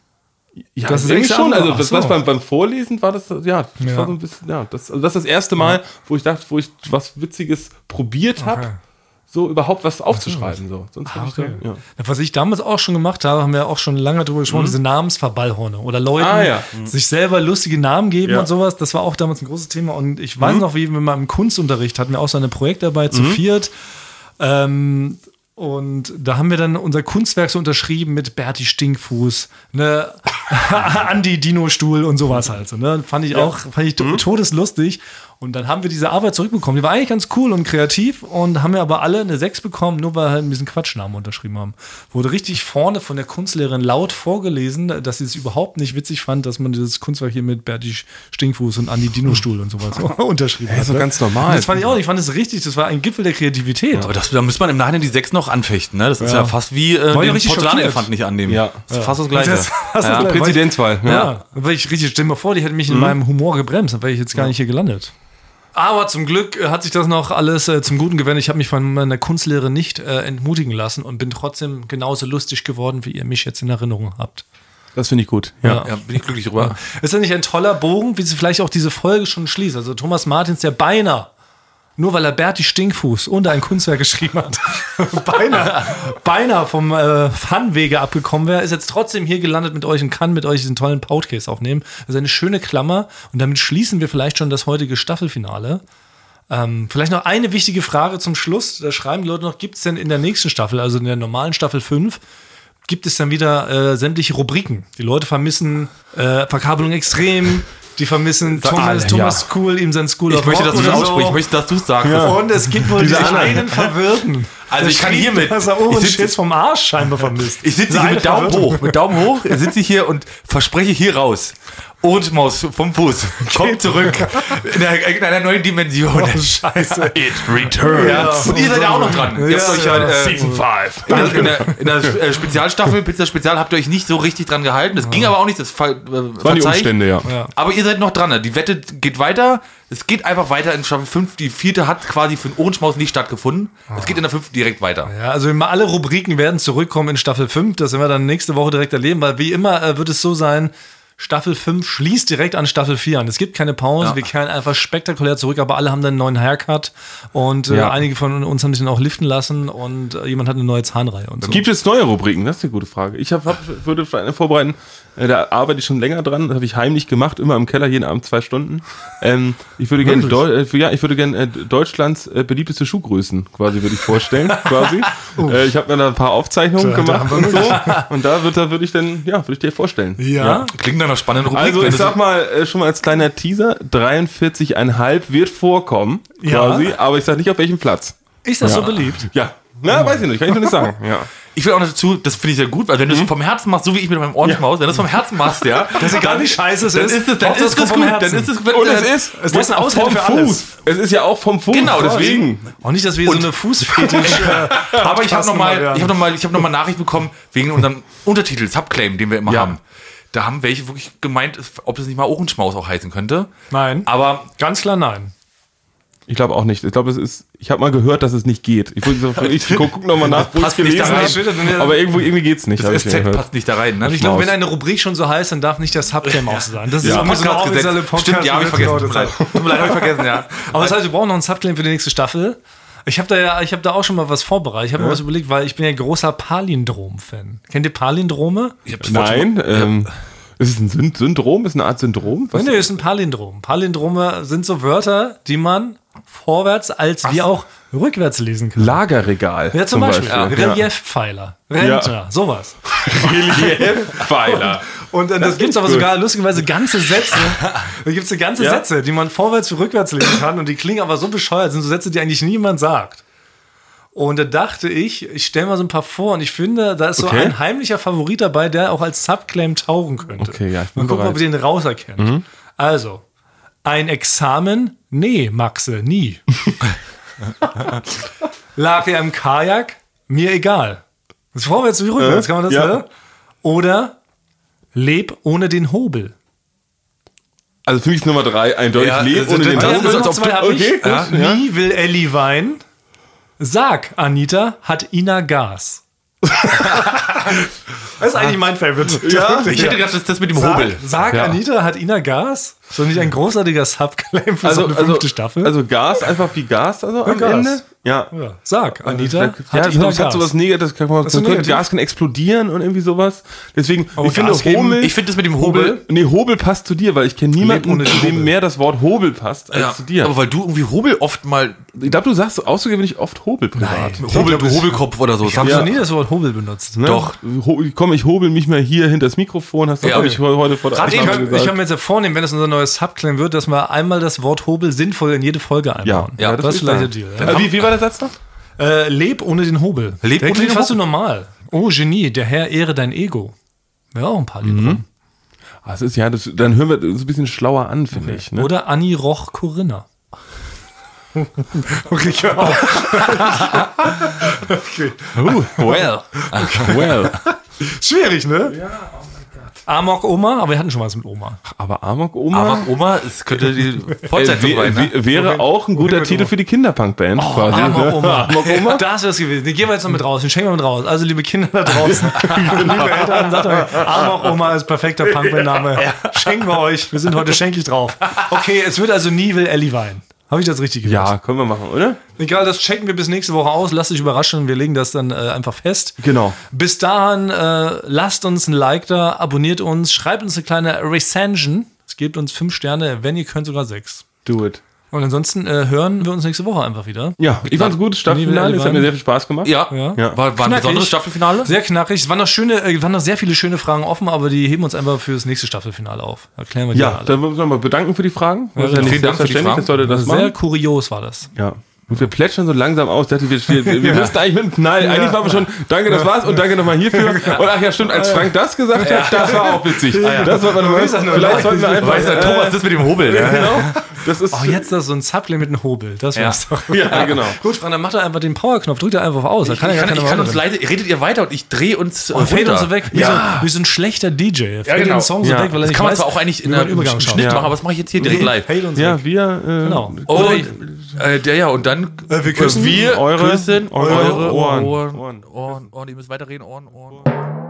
Ja, Das ist denke echt schon. andere- Also ach das, so. was beim, beim Vorlesen war das, ja, das Ja. war so ein bisschen, ja, das, also das ist das erste Mal, wo ich dachte, wo ich was Witziges probiert habe, Okay. so überhaupt was aufzuschreiben. So. Sonst hab ich okay. da, ja. Was ich damals auch schon gemacht habe, haben wir auch schon lange drüber gesprochen, diese Namensverballhorne oder Leuten Ah, ja. sich selber lustige Namen geben Ja. und sowas. Das war auch damals ein großes Thema. Und ich weiß noch, wie wir mal im Kunstunterricht hatten wir auch so eine Projektarbeit zu viert. Ähm, und da haben wir dann unser Kunstwerk so unterschrieben mit Berti Stinkfuß, ne, Andi Dino-Stuhl und sowas halt. So, ne? Fand ich auch, fand ich to- todeslustig. Und dann haben wir diese Arbeit zurückbekommen. Die war eigentlich ganz cool und kreativ und haben wir aber alle eine sechs bekommen, nur weil wir halt diesen Quatschnamen unterschrieben haben. Wurde richtig vorne von der Kunstlehrerin laut vorgelesen, dass sie es überhaupt nicht witzig fand, dass man dieses Kunstwerk hier mit Berti Stinkfuß und Andi Dino-Stuhl und sowas unterschrieben Ja, hat. ist doch ne? ganz normal. Und das fand ich auch, ich fand es richtig, das war ein Gipfel der Kreativität. Aber das, da muss man im Nachhinein die sechs noch anfechten, ne? Das ist Ja. ja fast wie äh, War ich den richtig Porzellanelefant nicht annehmen. Ja. Das ist fast das Gleiche. Das- das ist ja. das Gleiche. Präzedenzwahl. Ja. Ja, weil ich richtig, stell dir mal vor, die hätten mich in meinem Humor gebremst, dann wäre ich jetzt gar nicht hier gelandet. Aber zum Glück äh, hat sich das noch alles äh, zum Guten gewendet. Ich habe mich von meiner Kunstlehre nicht äh, entmutigen lassen und bin trotzdem genauso lustig geworden, wie ihr mich jetzt in Erinnerung habt. Das finde ich gut. Ja. Ja, bin ich glücklich drüber. Ist das nicht ein toller Bogen, wie sie vielleicht auch diese Folge schon schließt? Also Thomas Martins, der beinahe, nur weil er Berti Stinkfuß unter ein Kunstwerk geschrieben hat, beinahe, beinahe vom äh, Funwege abgekommen wäre, ist jetzt trotzdem hier gelandet mit euch und kann mit euch diesen tollen Podcast aufnehmen. Das ist eine schöne Klammer und damit schließen wir vielleicht schon das heutige Staffelfinale. Ähm, vielleicht noch eine wichtige Frage zum Schluss. Da schreiben die Leute noch, gibt es denn in der nächsten Staffel, also in der normalen Staffel fünf, gibt es dann wieder äh, sämtliche Rubriken? Die Leute vermissen äh, Verkabelung extrem, die vermissen Thomas, alle, Thomas ja. School, ihm sein School Ich of möchte, Rock dass du oder das so. aussprichst. Ich möchte, dass du es sagst. Und es gibt wohl Diese diesen anderen. einen Verwirrten. Also der ich kann schrieb, hiermit- dass er ich Ohrenschiss sitze- vom Arsch scheinbar vermisst. Ich sitze Dieser hier eine mit Daumen Verwirrte. hoch, mit Daumen hoch, sitze ich hier und verspreche hier raus. Ohrenschmaus vom Fuß. Kommt zurück. In, der, in einer neuen Dimension. Oh, scheiße. It returns. Ja. Und ihr seid ja auch noch dran. Ihr habt euch ja, äh, Season fünf. in, der, in, der, in der äh, Spezialstaffel, Pizza Spezial, habt ihr euch nicht so richtig dran gehalten. Das ging aber auch nicht. Das ver, äh, waren die Umstände, ja. Ja. Aber ihr seid noch dran. Ne? Die Wette geht weiter. Es geht einfach weiter in Staffel fünf. Die vierte hat quasi für den Ohrenschmaus nicht stattgefunden. Es geht in der fünften direkt weiter. Ja, also immer alle Rubriken werden zurückkommen in Staffel fünf. Das werden wir dann nächste Woche direkt erleben, weil wie immer äh, wird es so sein, Staffel fünf schließt direkt an Staffel vier an. Es gibt keine Pause, Ja. wir kehren einfach spektakulär zurück, aber alle haben dann einen neuen Haircut und äh, Ja. einige von uns haben sich dann auch liften lassen und äh, jemand hat eine neue Zahnreihe und so. Gibt es neue Rubriken? Das ist eine gute Frage. Ich hab, hab, würde eine vorbereiten, äh, da arbeite ich schon länger dran, das habe ich heimlich gemacht, immer im Keller, jeden Abend zwei Stunden. Ähm, ich würde gerne Deu äh, ja, ich würde gerne äh, Deutschlands äh, beliebteste Schuhgrößen quasi würde ich vorstellen, quasi. Äh, ich habe mir da ein paar Aufzeichnungen Da- da gemacht haben und so. Und da wird da würde ich dann, ja, würde ich dir vorstellen. Ja? Klingt nach einer spannenden Rubrik. Also wenn ich das- sag mal äh, schon mal als kleiner Teaser, dreiundvierzig Komma fünf wird vorkommen, Ja. quasi, aber ich sag nicht auf welchem Platz. Ist das Ja. so beliebt? Ja. Na, weiß ich nicht, kann ich noch nicht sagen. Ja. Ich will auch noch dazu, das finde ich sehr gut, weil wenn du es vom Herzen machst, so wie ich mit meinem Ohrenschmaus, wenn du es vom Herzen machst, ja, Das ist egal, wie scheiße es dann ist. ist es, dann Hauptsache, ist es vom gut, Herzen. dann ist es, Und es ist, Es ist eine Ausrede vom für Fuß. alles. Es ist ja auch vom Fuß. Genau, deswegen. Auch nicht, dass wir so eine Fußfetisch. äh, Aber ich habe noch mal, werden. ich habe noch mal, ich habe noch mal Nachricht bekommen wegen unserem Untertitel Subclaim, den wir immer Ja. haben. Da haben welche wirklich gemeint, ob das nicht mal Ohrenschmaus auch heißen könnte. Nein. Aber Ganz klar nein. Ich glaube auch nicht. Ich glaube, es ist. Ich habe mal gehört, dass es nicht geht. Ich, wollte- ich guck, guck noch mal nach, wo ich es Passt nicht da gelesen rein. habe. Aber irgendwo irgendwie geht's nicht. das hab ich S Z gehört. passt nicht da rein. Ne? Ich glaube, Schmaus. wenn eine Rubrik schon so heißt, dann darf nicht der Subclaim auch so sein. Das ist Ja. immer so eine Podcast-Gesetz. offizielle Podcast. Stimmt, ja, habe ich vergessen. Tut mir leid, Tut mir leid, habe ich vergessen, ja. Aber das heißt, wir brauchen noch einen Subclaim für die nächste Staffel. Ich habe da ja, ich habe da auch schon mal was vorbereitet. Ich habe mir was überlegt, weil ich bin ja großer Palindrom-Fan. Kennt ihr Palindrome? Ich hab das Wort schon Nein. mal- Ähm, ist es ein Syn- Syndrom? Ist eine Art Syndrom? Was? Nee, nee, ist ein Palindrom. Palindrome sind so Wörter, die man vorwärts als wie auch rückwärts lesen kann. Lagerregal. Ja, zum, Beispiel. Ja. Reliefpfeiler. Rentner, Ja. sowas. Reliefpfeiler. Und äh, das gibt es aber sogar lustigerweise ganze Sätze. Da gibt es so ganze Ja? Sätze, die man vorwärts wie rückwärts lesen kann und die klingen aber so bescheuert, sind so Sätze, die eigentlich niemand sagt. Und da dachte ich, ich stelle mal so ein paar vor und ich finde, da ist so Okay. ein heimlicher Favorit dabei, der auch als Subclaim taugen könnte. Okay, ja, ich bin Mal gucken, ob bereit. wir den rauserkennen. Also, ein Examen? Nee, Maxe, nie. Lag er im Kajak? Mir egal. Das ist vorwärts wie rückwärts, Äh, kann man das ja. ne? Oder leb ohne den Hobel. Also für mich ist Nummer drei eindeutig. Ja, Leb also ohne den das- Hobel. das ist noch als ob zwei du- hab ich. okay, Ja. gut, ja. Nie will Elli Wein. Sag, Anita, hat Ina Gas. Das ist eigentlich mein Favorite. Ja, Ich hätte gedacht, das ist das mit dem Sag, Hobel. sag Ja. Anita, hat Ina Gas? Ist doch nicht ein großartiger Subclaim für so Also, eine also, fünfte Staffel? also Gas, einfach wie Gas, also am Gas. Ende. Ja. ja. Sag, Anita, Ja, hat das, Ina das hat Gas. sowas Negatives, kann man, ist so das könnte, negativ. Gas kann explodieren und irgendwie sowas. Deswegen, Oh, ich finde Gas geben. Hobel, Ich finde das mit dem Hobel. nee, Hobel passt zu dir, weil ich kenne niemanden, ohne zu den dem Hobel. mehr das Wort Hobel passt als Ja, zu dir. aber weil du irgendwie Hobel oft mal Ich glaube, du sagst außergewöhnlich oft Hobel privat. Hobel, Hobelkopf oder so. Ich habe Ja. noch nie das Wort Hobel benutzt. Ne? Doch. Ho komm, ich hobel mich mal hier hinter das Mikrofon, hast du, Ja, hab okay. ich heu- heute vor der Gerade Ich Aufnahme kann, ich gesagt. kann mir jetzt ja vornehmen, wenn das unser neues Subclaim wird, dass wir einmal das Wort Hobel sinnvoll in jede Folge einbauen. Ja, ja, das, das ist würde vielleicht ich der sagen. Deal. Ja? Äh, wie, wie war der Satz noch? Äh, leb ohne den Hobel. Leb der ohne klingt den fast so Hobel. normal. Oh, Genie, der Herr ehre dein Ego. Ja, auch ein paar Lieder. Ah, das ist ja, das, dann hören wir das ein bisschen schlauer an, finde ich. Ne? Oder Annie Roch Corinna. Okay, ich hör auf. Well. Well. Schwierig, ne? Ja, oh mein Gott. Amok Oma, aber wir hatten schon was mit Oma. Aber Amok Oma Aber Oma, es könnte die äh, Fortsetzung wär- sein. Ne? wär- wäre auch ein guter Okay, Titel Oma. für die Kinderpunk-Band quasi. Amok ne? Oma. Amok Oma? Das wäre es gewesen. Den gehen wir jetzt noch mit raus. Den schenken wir mit raus. Also, liebe Kinder da draußen, liebe Eltern, sagt euch, Amok Oma ist perfekter Punkband-Name. Schenken wir euch. Wir sind heute schenkig drauf. Okay, es wird also nie will Elli Wein. Habe ich das richtig gesagt? Ja, können wir machen, oder? Egal, das checken wir bis nächste Woche aus. Lasst euch überraschen. Wir legen das dann äh, einfach fest. Genau. Bis dahin, äh, lasst uns ein Like da, abonniert uns, schreibt uns eine kleine Recension. Es gebt uns fünf Sterne, wenn ihr könnt, sogar sechs. Do it. Und ansonsten äh, hören wir uns nächste Woche einfach wieder. Ja, ich fand's gut. Staffelfinale. Es hat mir sehr viel Spaß gemacht. Ja, Ja. War, war ein Knackig. besonderes Staffelfinale. Sehr knackig. Es waren noch, schöne, äh, waren noch sehr viele schöne Fragen offen, aber die heben uns einfach fürs nächste Staffelfinale auf. Erklären wir die Ja, alle. dann müssen wir mal bedanken für die Fragen. Das ist ja vielen nicht Dank für die selbstverständlich, Fragen. dass Leute das Sehr machen. kurios war das. Ja. Und wir plätschern so langsam aus. Dachte, wir, wir, wir müssten eigentlich mit einem Knall. Eigentlich waren wir schon, danke, das war's und danke nochmal hierfür. Und ach ja, stimmt, als Frank das gesagt hat, das war auch witzig. Das war, warte mal, vielleicht sollten wir einfach... Weiß der Thomas, das mit dem Hobel. Ja, genau. Das ist, Oh, jetzt das so ein Supplement mit einem Hobel. Das wär's doch. ja, genau. Gut, Frank, dann macht er einfach den Powerknopf, drückt er einfach aus. Da Ich kann er kann, gar ich keine kann uns Wahl leise, redet ihr weiter und ich drehe uns Und fade uns so weg. Wie, Ja. so, wie so ein schlechter D J. Er fadet genau. den Song so Ja. weg, weil er Das nicht kann man weiß, zwar auch eigentlich in wie man einem Übergang Schnitt schafft. machen, aber das mache ich jetzt hier direkt live. Fade uns Ja, weg. wir... Äh, Genau. Und, äh, der, ja, und dann Äh, wir küssen wir eure- küssen eure eure Ohren. Ohren. Ohren. Ohren. Ohren. Ohren. Ihr müsst weiterreden. Ohren. Ohren.